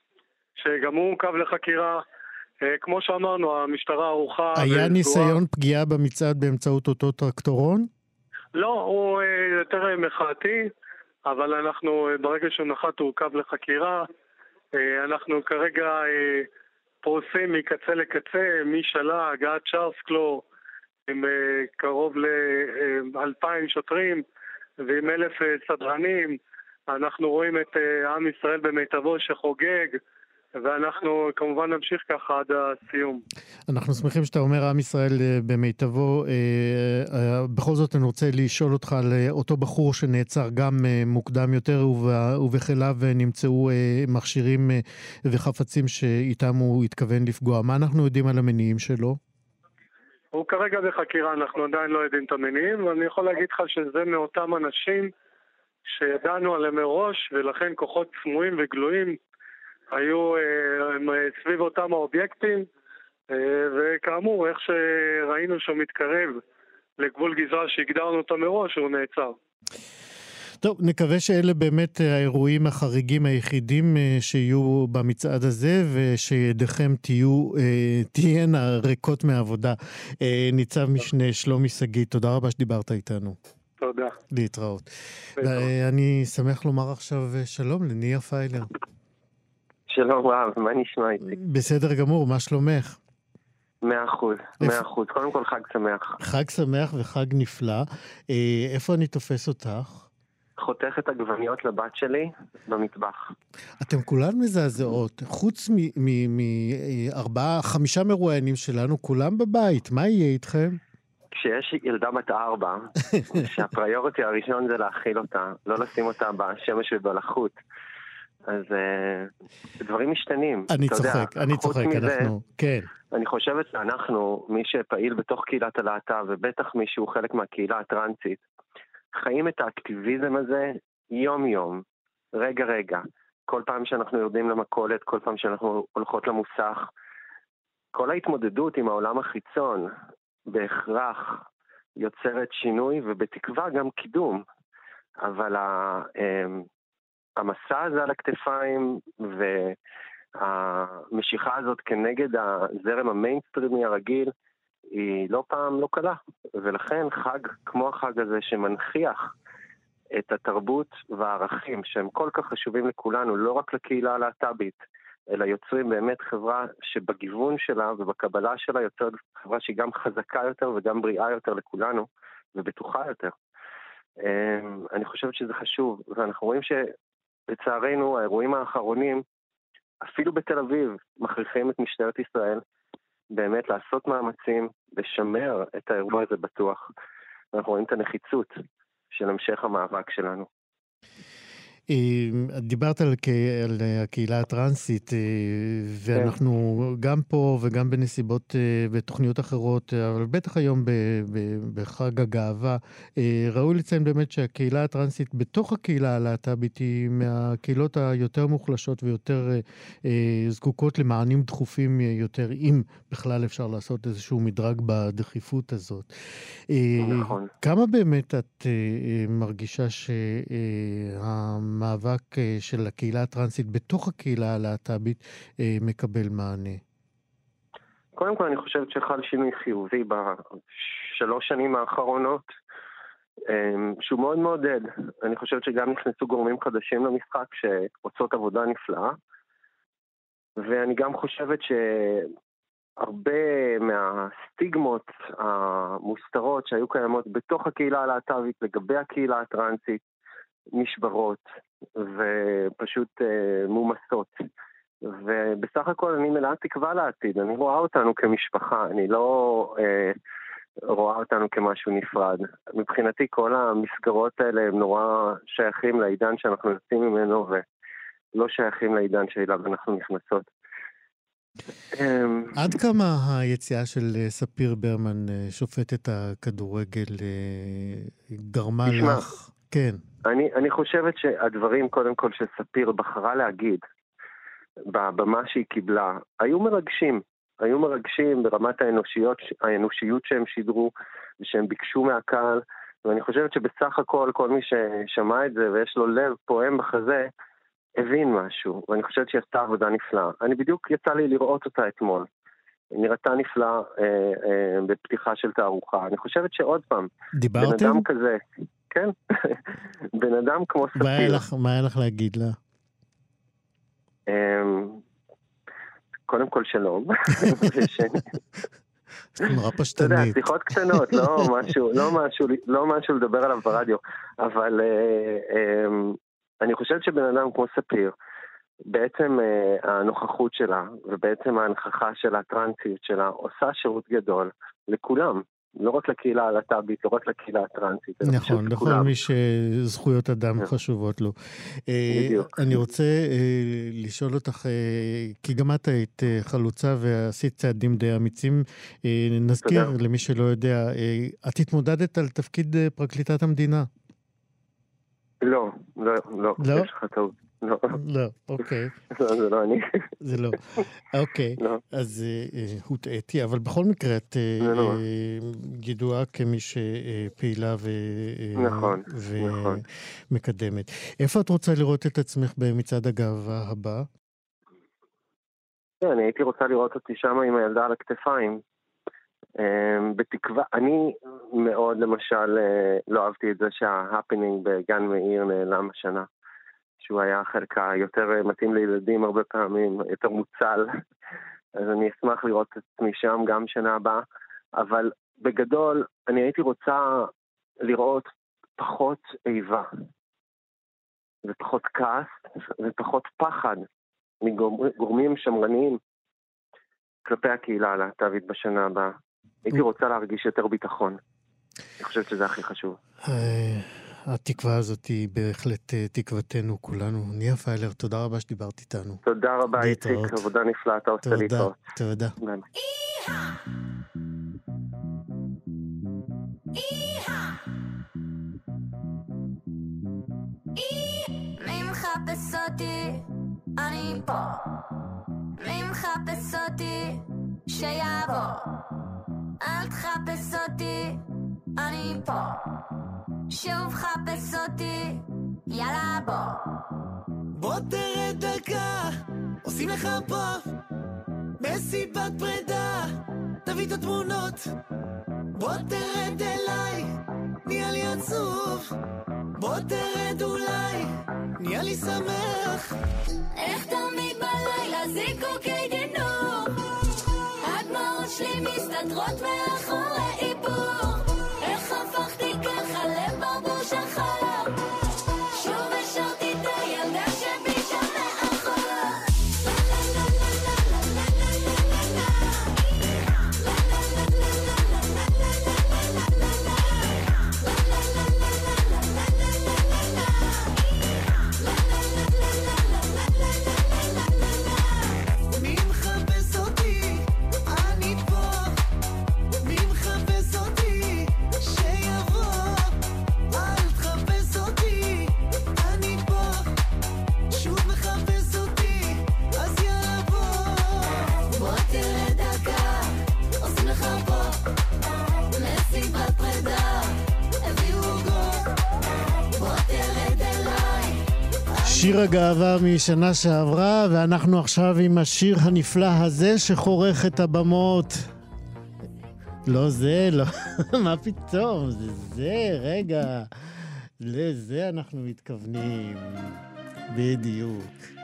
שגם הוא עוכב לחקירה. כמו שאמרנו, המשטרה ערוכה... היה ניסיון פגיעה במצעד באמצעות אותו טרקטורון? לא, הוא יותר מחאתי, אבל אנחנו, ברגע שהוא נחת, הוא עוכב לחקירה. אנחנו כרגע פורסים מקצה לקצה, משל"ג עד צ'רסקלו, עם קרוב ל-2,000 שוטרים ועם 1,000 סדרנים. אנחנו רואים את עם ישראל במיטבו שחוגג, ואנחנו כמובן נמשיך ככה עד הסיום. אנחנו שמחים שאתה אומר עם ישראל במיטבו. בכל זאת אני רוצה לשאול אותך על אותו בחור שנעצר גם מוקדם יותר, ובחיליו נמצאו מכשירים וחפצים שאיתם הוא התכוון לפגוע. מה אנחנו יודעים על המניעים שלו? הוא כרגע בחקירה, אנחנו עדיין לא יודעים את המניעים, ואני יכול להגיד לך שזה מאותם אנשים שידענו עליהם מראש, ולכן כוחות סמויים וגלויים היו סביב אותם האובייקטים, וכאמור, איך שראינו שהוא מתקרב לגבול גזרה שהגדרנו אותו מראש, הוא נעצר. טוב, נקווה שאלה באמת האירועים החריגים היחידים שיהיו במצעד הזה, ושידיכם תהיינה ריקות מעבודה. ניצב משנה שלומי שגיא, תודה רבה שדיברת איתנו. תודה. להתראות. ואני שמח לומר עכשיו שלום לניה פיילר. שלום רב, מה נשמע איתי? בסדר גמור, מה שלומך? 100%, 100%. קודם כל חג שמח. חג שמח וחג נפלא. איפה אני תופס אותך? חותך את עגבניות לבת שלי במטבח. אתם כולן מזעזעות. חוץ מ4-5 מרואיינים שלנו, כולם בבית. מה יהיה איתכם? כשיש ילדה בת 4, שהפריוריטי הראשון זה להאכיל אותה, לא לשים אותה בשמש ובלחות. אז דברים משתנים. אני צוחק, אנחנו, כן. אני חושבת שאנחנו, מי שפעיל בתוך קהילת הלהט"ב, ובטח מי שהוא חלק מהקהילה הטרנסית, חיים את האקטיביזם הזה יום-יום, רגע-רגע. כל פעם שאנחנו יורדים למכולת, כל פעם שאנחנו הולכות למוסך, כל ההתמודדות עם העולם החיצון בהכרח יוצרת שינוי, ובתקווה גם קידום. אבל המסע הזה על הכתפיים והמשיכה הזאת כנגד הזרם המיינסטרימי הרגיל היא לא פעם לא קלה, ולכן חג כמו החג הזה שמנחיח את התרבות והערכים שהם כל כך חשובים לכולנו, לא רק לקהילה הלהט"בית, אלא יוצרים באמת חברה שבגיוון שלה ובקבלה שלה יוצרת חברה שהיא גם חזקה יותר וגם בריאה יותר לכולנו ובטוחה יותר. אני חושבת שזה חשוב, ואנחנו רואים לצערנו, האירועים האחרונים, אפילו בתל אביב, מכריחים את משטרת ישראל באמת לעשות מאמצים, לשמר את האירוע הזה בטוח. אנחנו רואים את הנחיצות של המשך המאבק שלנו. דיברת על הקהילה הטרנסית, ואנחנו גם פה וגם בנסיבות בתוכניות אחרות, אבל בטח היום בחג הגאווה, ראוי לציין באמת שהקהילה הטרנסית בתוך הקהילה הלהט"בית היא מהקהילות היותר מוחלשות ויותר זקוקות למענים דחופים יותר, אם בכלל אפשר לעשות איזשהו מדרג בדחיפות הזאת. נכון. כמה באמת את מרגישה המאבק של הקהילה הטרנסית בתוך הקהילה הלהט"בית מקבל מענה? קודם כל אני חושבת שחל שינוי חיובי בשלוש שנים האחרונות, שהוא מאוד מעודד. אני חושבת שגם נכנסו גורמים חדשים למשחק שעושות עבודה נפלאה, ואני גם חושבת שהרבה מהסטיגמות המוסתרות שהיו קיימות בתוך הקהילה הלהט"בית לגבי הקהילה הטרנסית נשברות ופשוט מומסות. ובסך הכל אני מלאה תקווה לעתיד. אני רואה אותנו כמשפחה, אני לא רואה אותנו כמשהו נפרד. מבחינתי כל המסגרות האלה הם נורא שייכים לעידן שאנחנו יוצאים ממנו ולא שייכים לעידן שאליו אנחנו נכנסות. עד כמה היציאה של ספיר ברמן, שופטת הכדורגל, גרמה לך? כן. אני חושבת שהדברים קודם כל שספיר בחרה להגיד במה שהיא קיבלה היו מרגשים ברמת האנושיות שהם שידרו ושהם ביקשו מהקהל, ואני חושבת שבסך הכל כל מי ששמע את זה ויש לו לב פועם בחזה הבין משהו, ואני חושבת שהיא עשתה עבודה נפלאה. אני בדיוק יצא לי לראות אותה אתמול. היא נראתה נפלאה בפתיחה של תערוכה. אני חושבת שעוד פעם, דיברתם? בן אדם כזה, כן, בן אדם כמו ספיר. מה היה לך להגיד לה? קודם כל שלום. נורא אתה יודע, פשטנית. שיחות קטנות, לא משהו לדבר עליו ברדיו, אבל אני חושבת שבן אדם כמו ספיר, בעצם הנוכחות שלה, ובעצם ההנכחה של הטרנסיות שלה, עושה שירות גדול לכולם. לא רק לקהילה הלהט"בית, לא רק לקהילה הטרנסית. נכון, לכל מי שזכויות אדם חשובות לו. אני רוצה לשאול אותך, כי גם את היית חלוצה ועשית צעדים די אמיצים. נזכיר למי שלא יודע, את התמודדת על תפקיד פרקליטת המדינה. לא, יש לך טעות. לא, אוקיי. זה לא אני. זה לא. אוקיי, אז הוטעתי, אבל בכל מקרה את ידועה כמי שפעילה ומקדמת. איפה את רוצה לראות את עצמך במצעד הגאווה הבא? אני הייתי רוצה לראות אותי שם עם הילדה על הכתפיים. בתקווה, אני מאוד למשל לא אהבתי את זה שההפנינג בגן מאיר נעלם השנה. שהוא היה חלק יותר מתאים לילדים הרבה פעמים, יותר מוצל. אז אני אשמח לראות את עצמי שם גם שנה הבאה. אבל בגדול, אני הייתי רוצה לראות פחות איבה. ופחות כעס, ופחות פחד מגורמים שמרניים כלפי הקהילה הלהט"בית בשנה הבאה. הייתי רוצה להרגיש יותר ביטחון. אני חושבת שזה הכי חשוב. התקווה הזאת היא בהחלט תקוותנו כולנו. ניה פיילר, תודה רבה שדיברת איתנו. תודה רבה, איציק, עבודה נפלאה, אתה עושה לי טוב. תודה. מי מחפש אותי? אני פה. מי מחפש אותי? שיבוא. אל תחפש אותי, אני פה. שוב חפש אותי, יאללה בוא. בוא תרד דקה, עושים לך פה מסיבת פרידה, תביא את התמונות. בוא תרד אליי, נהיה לי עצוב. בוא תרד אולי, נהיה לי שמח. איך תמיד בלילה זיקוקי דינור, הדמעות שלי מסתדרות מאחורי איפור. איך הפכתי ככה לברבור שחר, שוב השארתי את הילדה שבי שם מאחור. מי מחפש אותי? אני פה. מי מחפש אותי? שיבוא. אל תחפש אותי, אני פה. שוב מחפש אותי, אז יאללה בוא. בוא תרד דקה, עושים לך פה מסיבת פרידה, הביאו עוגות. בוא תרד אליי. שיר הגאווה משנה שעברה, ואנחנו עכשיו עם השיר הנפלא הזה שחורך את הבמות. לא זה, לא. מה פתאום? זה, רגע. לזה אנחנו מתכוונים. בדיוק.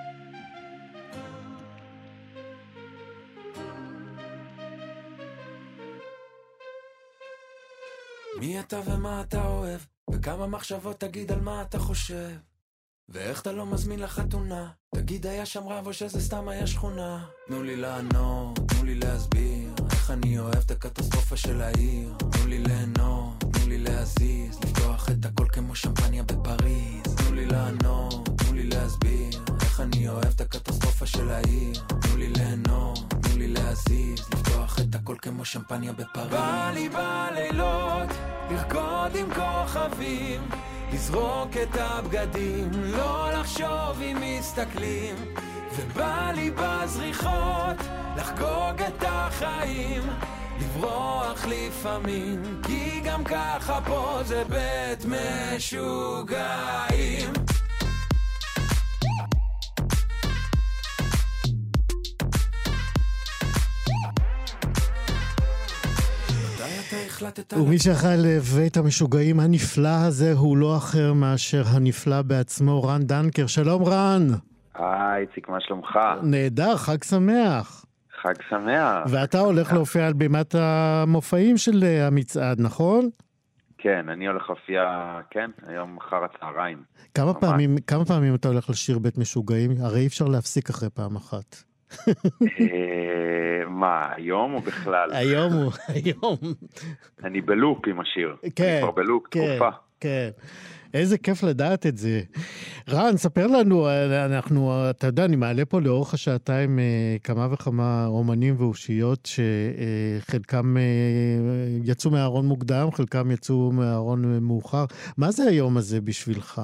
מי אתה ומה אתה אוהב, וכמה מחשבות תגיד על מה אתה חושב, ואיך אתה לא מזמין לחתונה, תגיד היה שם רב או שזה סתם היה שכונה. תנו לי לענות, תנו לי להסביר איך אני אוהב את הקטסטרופה של העיר. תנו לי ליהנות, תנו לי להזיז, לפתוח את הכל כמו שמפניה בפריז. תנו לי לענות, תנו לי להסביר איך אני אוהב את הקטסטרופה של העיר. תנו לי ליהנות, תנו לי להזיז, לפתוח את הכל כמו שמפניה בפריז. בא לי בלילות לרקוד עם כוכבים, לזרוק את הבגדים, לא לחשוב אם מסתכלים. ובא לי בזריחות לחגוג את החיים, לברוח לפעמים, כי גם ככה פה זה בית משוגעים. החלטת... ומי שאחראי לבית המשוגעים הנפלא הזה הוא לא אחר מאשר הנפלא בעצמו, רן דנקר. שלום רן. איציק, מה שלומך? נהדר, חג שמח. חג שמח. ואתה הולך להופיע על בימת המופעים של המצעד, נכון? כן, אני הולך להופיע, כן, היום אחר הצהריים. כמה פעמים אתה הולך לשיר בית משוגעים? הרי אי אפשר להפסיק אחרי פעם אחת. מה, היום או בכלל? היום. אני בלופ עם השיר. כן. אני כבר בלופ, תקופה. כן. איזה כיף לדעת את זה. רן, ספר לנו, אתה יודע, אני מעלה פה לאורך השעתיים כמה וכמה אומנים ואושיות שחלקם יצאו מהארון מוקדם, חלקם יצאו מהארון מאוחר. מה זה היום הזה בשבילך?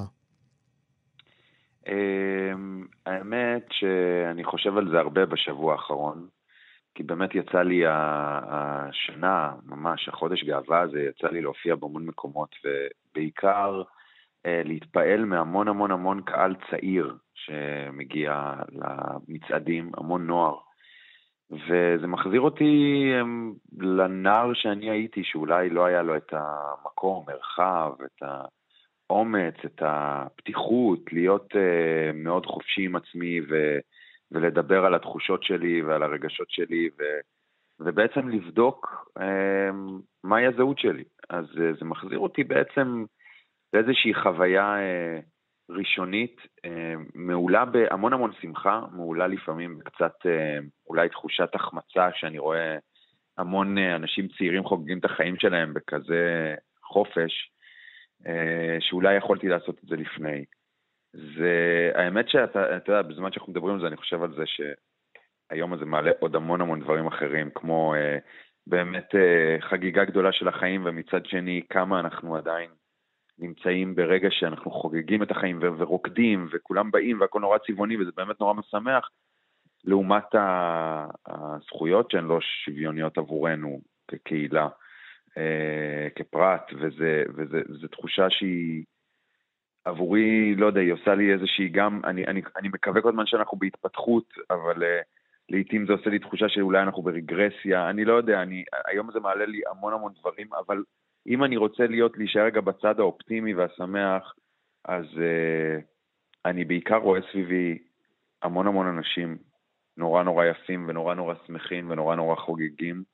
האמת שאני חושב על זה הרבה בשבוע האחרון, כי באמת יצא לי השנה, ממש החודש גאווה הזה, יצא לי להופיע בהמון מקומות, ובעיקר להתפעל מהמון המון המון קהל צעיר שמגיע למצעדים, המון נוער. וזה מחזיר אותי לנער שאני הייתי, שאולי לא היה לו את המקום, מרחב, את האומץ, את הפתיחות, להיות מאוד חופשי עם עצמי ולדבר על התחושות שלי ועל הרגשות שלי, ובעצם לבדוק מהי הזהות שלי. אז זה מחזיר אותי בעצם לאיזושהי חוויה ראשונית, מעולה בהמון המון שמחה, מעולה לפעמים קצת אולי תחושת החמצה, שאני רואה המון אנשים צעירים חוגגים את החיים שלהם בכזה חופש, שאולי יכולתי לעשות את זה לפני. זה, האמת שאתה יודע, בזמן שאנחנו מדברים על זה, אני חושב על זה שהיום הזה מעלה עוד המון המון דברים אחרים, כמו באמת חגיגה גדולה של החיים, ומצד שני כמה אנחנו עדיין נמצאים ברגע שאנחנו חוגגים את החיים ורוקדים, וכולם באים והכל נורא צבעוני, וזה באמת נורא משמח, לעומת הזכויות שהן לא שוויוניות עבורנו כקהילה, כפרט, וזה תחושה שהיא עבורי, לא יודע, היא עושה לי איזושהי גם, אני מקווה כל הזמן שאנחנו בהתפתחות, אבל לעתים זה עושה לי תחושה שאולי אנחנו ברגרסיה, אני לא יודע, היום זה מעלה לי המון המון דברים, אבל אם אני רוצה להישאר רגע בצד האופטימי והשמח, אז אני בעיקר רואה סביבי המון המון אנשים נורא נורא יפים ונורא נורא שמחים ונורא נורא חוגגים.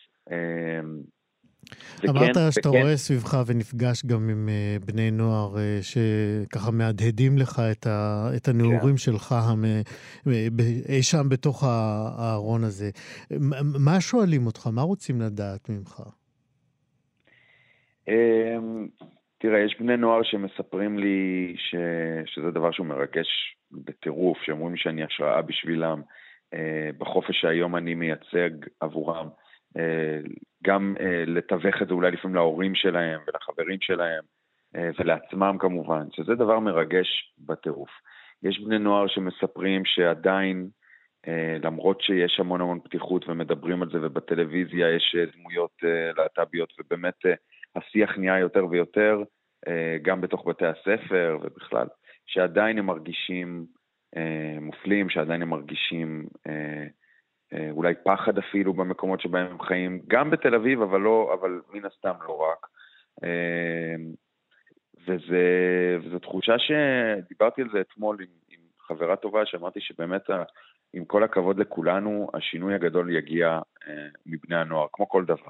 אמרת שאתה רואה סביבך ונפגש גם עם בני נוער שככה מהדהדים לך את הנעורים שלך אי שם בתוך הארון הזה. מה שואלים אותך? מה רוצים לדעת ממך? תראה, יש בני נוער שמספרים לי שזה דבר שהוא מרגש בטירוף, שאומרים שאני השראה בשבילם, בחופש שהיום אני מייצג עבורם, גם לתווך את זה אולי לפעמים להורים שלהם ולחברים שלהם ולעצמם כמובן, שזה דבר מרגש בטירוף. יש בני נוער שמספרים שעדיין, למרות שיש המון המון פתיחות ומדברים על זה, ובטלוויזיה יש דמויות להט"ביות, ובאמת השיח נהיה יותר ויותר, גם בתוך בתי הספר ובכלל, שעדיין הם מרגישים מופלים, שעדיין הם מרגישים אולי פחד אפילו במקומות שבהם הם חיים, גם בתל אביב, אבל מן הסתם לא רק. וזו תחושה שדיברתי על זה אתמול עם חברה טובה, שאמרתי שבאמת עם כל הכבוד לכולנו, השינוי הגדול יגיע מבני הנוער, כמו כל דבר.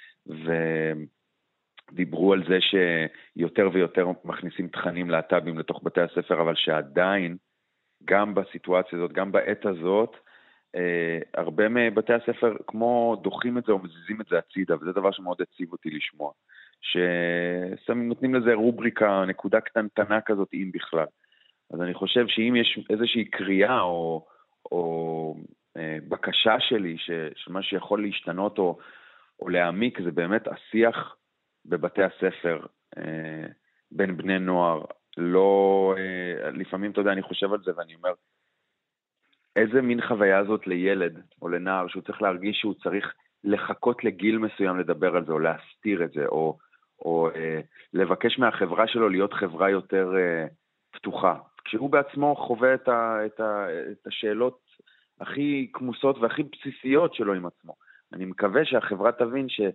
ודיברו על זה שיותר ויותר מכניסים תכנים להט"בים לתוך בתי הספר, אבל שעדיין, גם בסיטואציה הזאת, גם בעת הזאת, הרבה מבתי הספר כמו דוחים את זה או מזיזים את זה הצידה, וזה דבר שמאוד הציב אותי לשמוע, שנותנים לזה רובריקה, נקודה קטנטנה כזאת, אם בכלל. אז אני חושב שאם יש איזושהי קריאה או בקשה שלי שמה שיכול להשתנות או להעמיק, זה באמת השיח בבתי הספר בין בני נוער. לא, לפעמים אתה יודע, אני חושב על זה ואני אומר, איזה מין חוויה הזאת לילד או לנער שהוא צריך להרגיש שהוא צריך לחכות לגיל מסוים לדבר על זה, או להסתיר את זה, או לבקש מהחברה שלו להיות חברה יותר פתוחה. כשהוא בעצמו חווה את השאלות הכי כמוסות והכי בסיסיות שלו עם עצמו. אני מקווה שהחברה תבין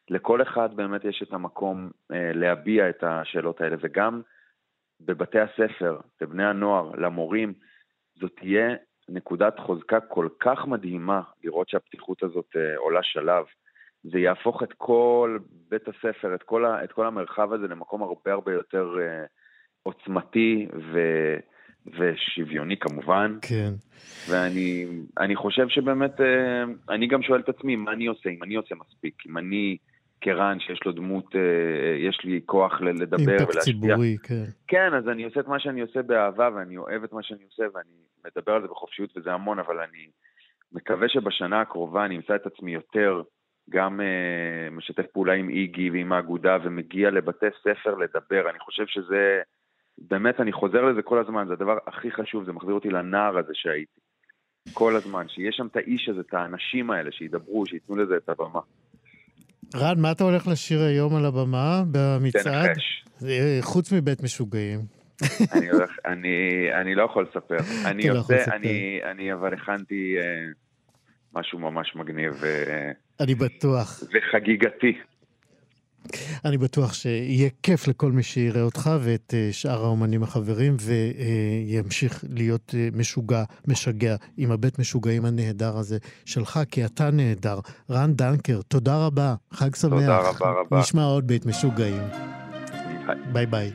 לכל אחד באמת יש את המקום להביע את השאלות האלה, וגם בבתי הספר, לבני הנוער, למורים, זאת תהיה נקודת חוזקה כל כך מדהימה לראות שהפתיחות הזאת עולה שלב. זה יהפוך את כל בית הספר, את כל המרחב הזה למקום הרבה הרבה יותר עוצמתי ושוויוני כמובן. כן. ואני חושב שבאמת, אני גם שואל את עצמי, מה אני עושה? אם אני עושה מספיק, אם אני כרן שיש לו דמות, יש לי כוח לדבר ולהשפיע. אימפקט ציבורי, כן. כן, אז אני עושה את מה שאני עושה באהבה, ואני אוהב את מה שאני עושה, ואני מדבר על זה בחופשיות, וזה המון, אבל אני מקווה שבשנה הקרובה אני אמצא את עצמי יותר, גם משתף פעולה עם איגי ועם האגודה, ומגיע לבתי ספר לדבר. אני חושב שזה, באמת אני חוזר לזה כל הזמן, זה הדבר הכי חשוב, זה מחזיר אותי לנער הזה שהייתי. כל הזמן, שיש שם את האיש הזה, את האנשים האלה, שידברו, שיתנו לזה את הבמה. רן, מה אתה הולך לשיר היום על הבמה במצעד? תנחש. חוץ מבית משוגעים. אני לא יכול לספר. אני אבל הכנתי משהו ממש מגניב. אני בטוח. וחגיגתי. אני בטוח שיהיה כיף לכל מי שיראה אותך ואת שאר האומנים החברים, וימשיך להיות משגע עם הבית משוגעים הנהדר הזה שלך, כי אתה נהדר. רן דנקר, תודה רבה, חג שמח. תודה רבה רבה. נשמע עוד בית משוגעים. ביי ביי.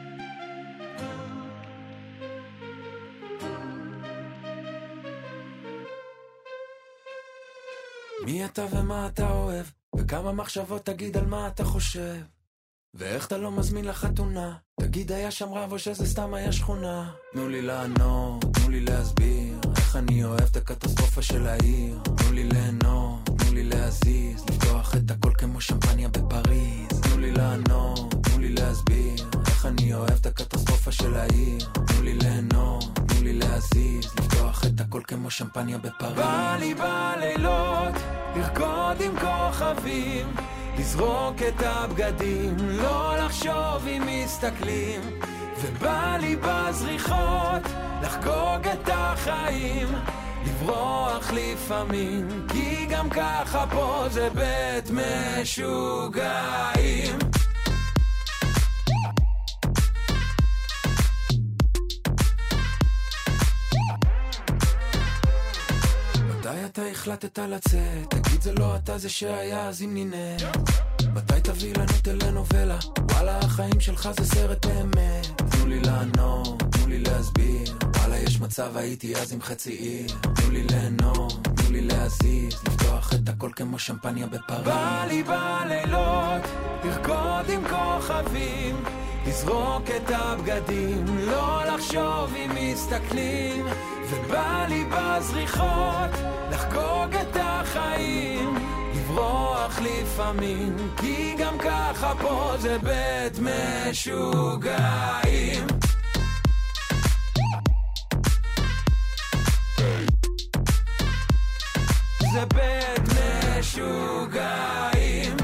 מי אתה ומה אתה אוהב, וכמה מחשבות תגיד על מה אתה חושב, ואיך אתה לא מזמין לחתונה, תגיד היה שם רב או שזה סתם היה שכונה. תנו לי לענות, תנו לי להסביר איך אני אוהב את הקטסטרופה של העיר. תנו לי ליהנות, תנו לי להזיז, לפתוח את הכל כמו שמפניה בפריז. תנו לי לענות, תנו לי להסביר איך אני אוהב את הקטסטרופה של העיר. תנו לי ליהנות, תנו לי להזיז, לפתוח את הכל כמו שמפניה בפריז. בא לי בלילות לרקוד עם כוכבים, לזרוק את הבגדים, לא לחשוב אם מסתכלים, ובא לי בזריחות לחגוג את החיים, לברוח לפעמים, כי גם ככה פה זה בית משוגעים. מתי אתה החלטת לצאת? תגיד זה לא אתה, זה שהיה אז עם נינה. מתי תביא לנו טלנובלה? וואלה החיים שלך זה סרט באמת. תנו לי לענות, תנו לי להסביר, וואלה יש מצב הייתי אז עם חצי עיר. תנו לי ליהנות, תנו לי להזיז, לפתוח את הכל כמו שמפניה בפריז. בא לי בלילות לרקוד עם כוכבים, לזרוק את הבגדים, לא לחשוב אם מסתכלים, ובא לי בזריחות לחגוג את החיים, לברוח לפעמים, כי גם ככה פה זה בית משוגעים. זה בית משוגעים.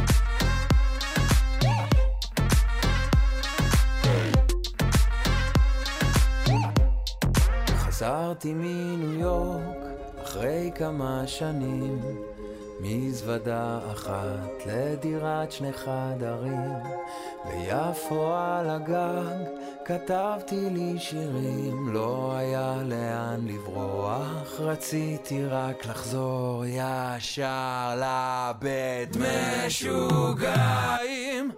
חזרתי מניו יורק אחרי כמה שנים, מזוודה אחת לדירת 2 חדרים, ביפו על הגג כתבתי לי שירים, לא היה לאן לברוח, רציתי רק לחזור ישר לבית משוגעים.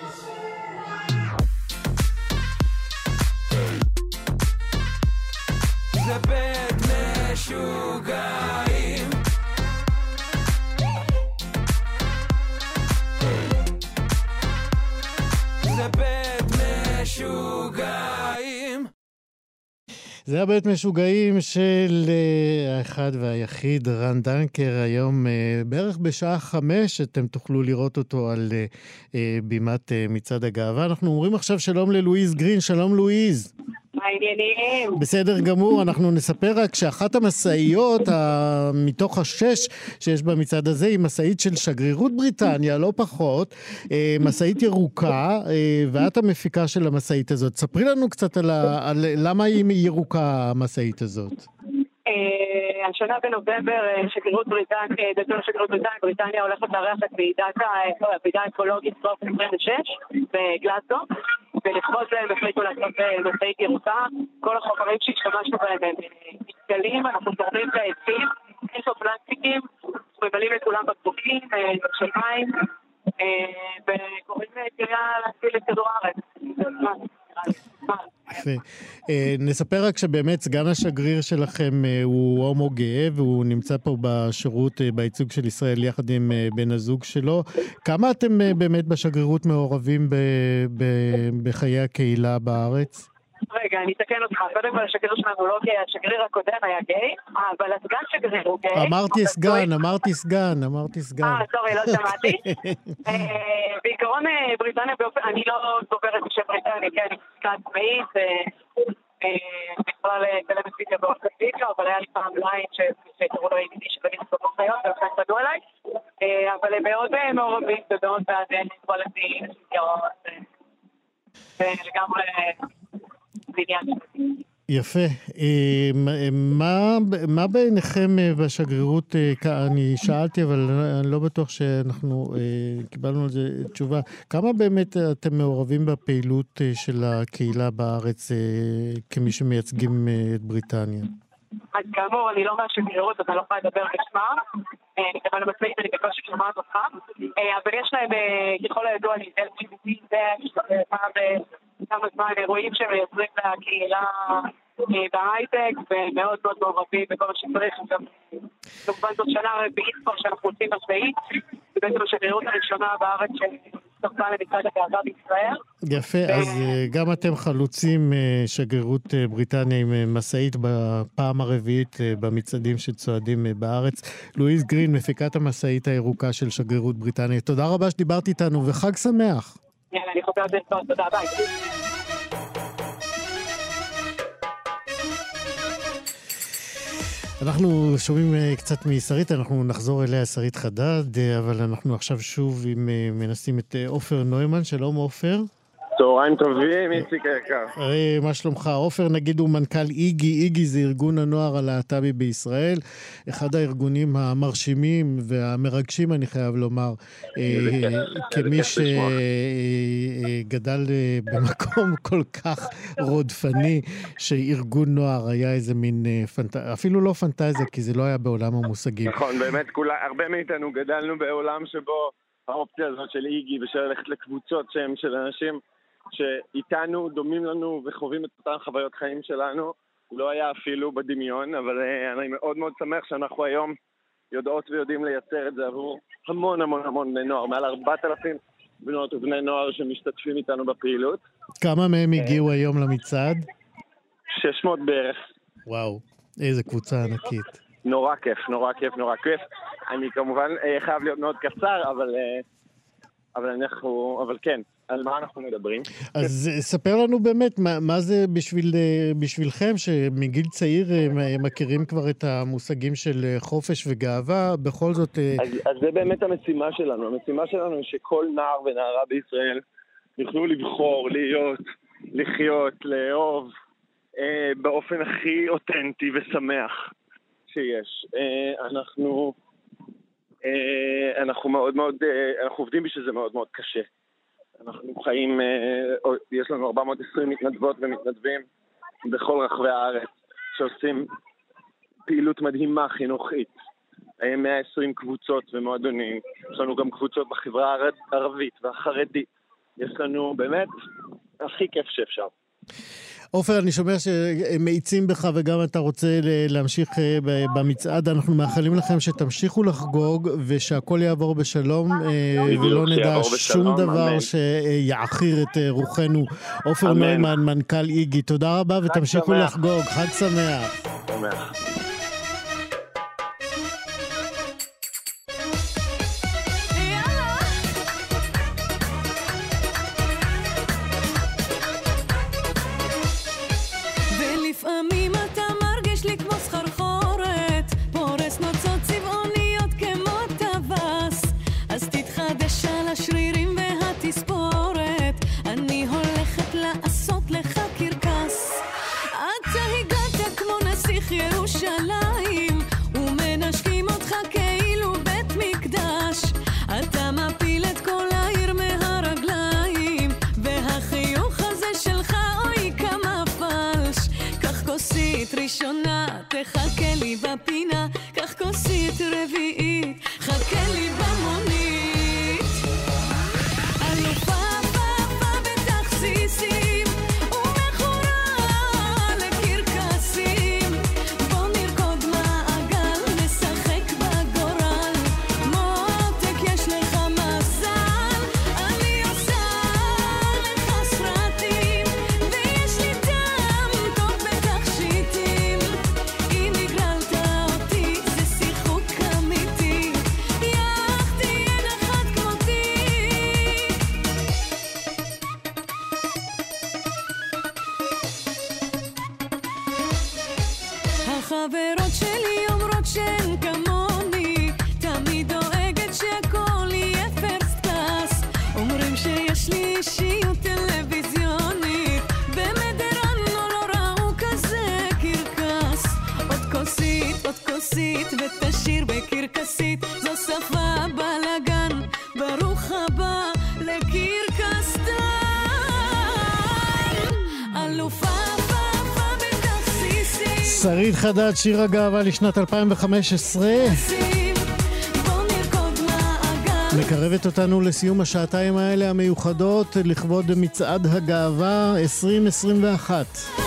זה בית משוגעים. זה בית משוגעים. זה הבית משוגעים של האחד והיחיד רן דנקר. היום בערך בשעה 5 אתם תוכלו לראות אותו על בימת מצעד הגאווה. אנחנו אומרים עכשיו שלום ללואיז גרין. שלום לואיז. העניינים. בסדר גמור, אנחנו נספר רק שאחת המסעיות מתוך 6 שיש במצעד הזה היא מסעית של שגרירות בריטניה, לא פחות, מסעית ירוקה, ואת המפיקה של המסעית הזאת. ספרי לנו קצת על למה היא ירוקה המסעית הזאת. השנה בנובמבר שגרירות בריטניה הולכת לארח את הוועידה האקולוגית סוף 26 בגלאזגו, ולכבוד להם החליטו לעשות משאית ירוקה. כל החומרים שהשתמשנו בהם הם מתגלים, אנחנו זורמים את העצים, אין פה פלסטיקים, מבלים לכולם בקבוקים, של מים, וקוראים קריאה להציל את כדור הארץ. נספר רק שבאמת סגן השגריר שלכם הוא הומו גאה והוא נמצא פה בשירות בייצוג של ישראל יחד עם בן הזוג שלו. כמה אתם באמת בשגרירות מעורבים בחיי הקהילה בארץ? רגע, אני אתקן אותך. קודם כל השגריר שלנו לא גיי, השגריר הקודם היה גיי, אבל הסגן שגריר הוא גיי. אמרתי סגן. סורי, לא שמעתי. בעיקרון בריטניה באופן, אני לא דוברת בשם בריטניה, כן, אני פסקה עצמאית, בכלל טלוויזיה באופן וידאו, אבל היה לי פעם ליין שקראו לו ידידי שבניס במחיות, ולכן פנו אליי, אבל הם מאוד מעורבים ומאוד בעד quality, ולגמרי בעניין שלי. יפה. מה בעיניכם בשגרירות, אני שאלתי, אבל אני לא בטוח שאנחנו קיבלנו על זה תשובה. כמה באמת אתם מעורבים בפעילות של הקהילה בארץ כמי שמייצגים את בריטניה? אז כאמור, אני לא מהשגרירות, אז אני לא יכולה לדבר בשמה. אני כמובן למצלית, אני בקושי שומעת אותך. אבל יש להם, ככל הידוע, LGBT, זה כמה זמן אירועים שהם מייצרים לקהילה בהייטק, ומאוד מאוד מעורבים בכל מה שצריך. כמובן זאת שנה רביעית כבר שאנחנו עושים משאית, ובעצם השגרירות הראשונה בארץ שצטרפה למצעד הגאווה בישראל. יפה, אז גם אתם חלוצים שגרירות בריטניה עם משאית בפעם הרביעית במצעדים שצועדים בארץ. לואיז גרין, מפיקת המשאית הירוקה של שגרירות בריטניה. תודה רבה שדיברת איתנו וחג שמח. יאללה, אני חוזרת לספורט, תודה, ביי. אנחנו שומעים קצת משרית, אנחנו נחזור אליה, שרית חדד, אבל אנחנו עכשיו שוב מנסים את עופר נוימן. שלום עופר. צהריים טובים, איציק היקר. מה שלומך? עופר, נגיד, הוא מנכ"ל איגי. איגי זה ארגון הנוער הלהט"בי בישראל, אחד הארגונים המרשימים והמרגשים, אני חייב לומר, כמי שגדל במקום כל כך רודפני, שארגון נוער היה איזה מין אפילו לא פנטזיה, כי זה לא היה בעולם המושגים. נכון, באמת, הרבה מאיתנו גדלנו בעולם שבו האופציה הזאת של איגי ושל ללכת לקבוצות שהם של אנשים שאיתנו, דומים לנו וחווים את אותן חוויות חיים שלנו, לא היה אפילו בדמיון, אבל אני מאוד מאוד שמח שאנחנו היום יודעות ויודעים לייצר את זה עבור המון המון המון בני נוער, מעל 4,000 בנות ובני נוער שמשתתפים איתנו בפעילות. כמה מהם הגיעו היום למצעד? 600 בערך. וואו, איזה קבוצה ענקית. נורא כיף. אני כמובן חייב להיות מאוד קצר, אבל כן, על מה אנחנו מדברים? אז ספר לנו באמת, מה זה בשבילכם, שמגיל צעיר מכירים כבר את המושגים של חופש וגאווה, בכל זאת... אז זה באמת המשימה שלנו. המשימה שלנו היא שכל נער ונערה בישראל יוכלו לבחור, להיות, לחיות, לאהוב, באופן הכי אותנטי ושמח שיש. אנחנו מאוד מאוד, אנחנו עובדים בשביל זה מאוד מאוד קשה. אנחנו חיים, יש לנו 420 מתנדבות ומתנדבים בכל רחבי הארץ שעושים פעילות מדהימה חינוכית. 120 קבוצות ומועדונים. יש לנו גם קבוצות בחברה הערבית והחרדית. יש לנו באמת הכי כיף שאפשר. עופר, אני שומע שמאיצים בך וגם אתה רוצה להמשיך במצעד. אנחנו מאחלים לכם שתמשיכו לחגוג ושהכל יעבור בשלום ולא נדע שום דבר שיעכיר את רוחנו. עופר נוימן, מנכ"ל איגי, תודה רבה ותמשיכו לחגוג. חג שמח. שמח. לעשות לך קרקס. אתה הגעת כמו נסיך ירושלים החברות שלי אומרות שהן כמוני, תמיד דואגת שהכל יהיה פרסט קלאס. אומרים שיש לי אישיות טלוויזיונית, במדרן לא ראו כזה קרקס. עוד כוסית ותשאיר בקרקסית, זו שפה בלגן, ברוך הבא לקרקס טיים. אלופה שרית חדד, שיר הגאווה לשנת 2015, מקרבת אותנו לסיום השעתיים האלה המיוחדות לכבוד מצעד הגאווה 2021.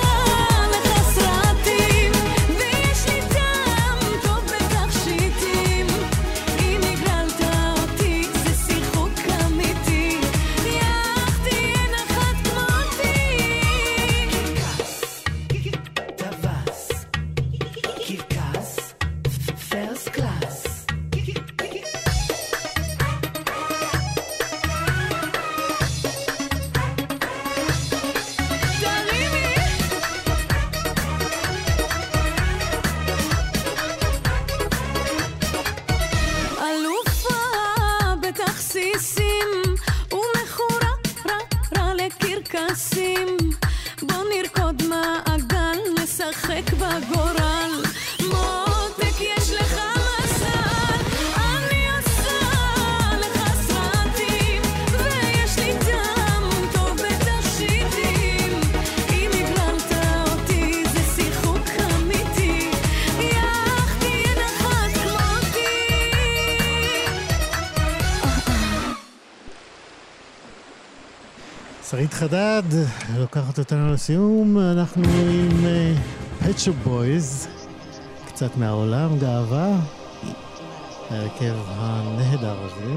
שרית חדד לוקחת אותנו לסיום. אנחנו עם Pet Shop Boys, קצת מהעולם, גאווה, ההרכב הנהדר הזה.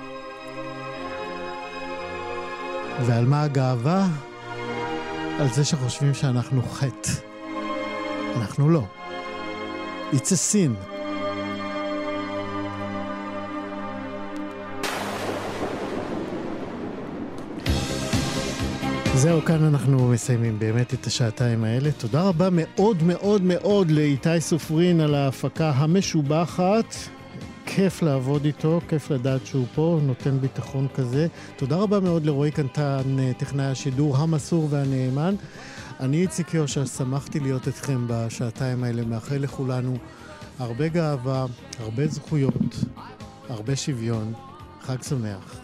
ועל מה הגאווה? על זה שחושבים שאנחנו חטא. אנחנו לא. It's a sin. זהו, כאן אנחנו מסיימים באמת את השעתיים האלה. תודה רבה מאוד מאוד מאוד לאיתי סופרין על ההפקה המשובחת. כיף לעבוד איתו, כיף לדעת שהוא פה, נותן ביטחון כזה. תודה רבה מאוד לרועי קנטן, טכנאי השידור המסור והנאמן. אני איציק יושע, שמחתי להיות אתכם בשעתיים האלה. מאחל לכולנו הרבה גאווה, הרבה זכויות, הרבה שוויון. חג שמח.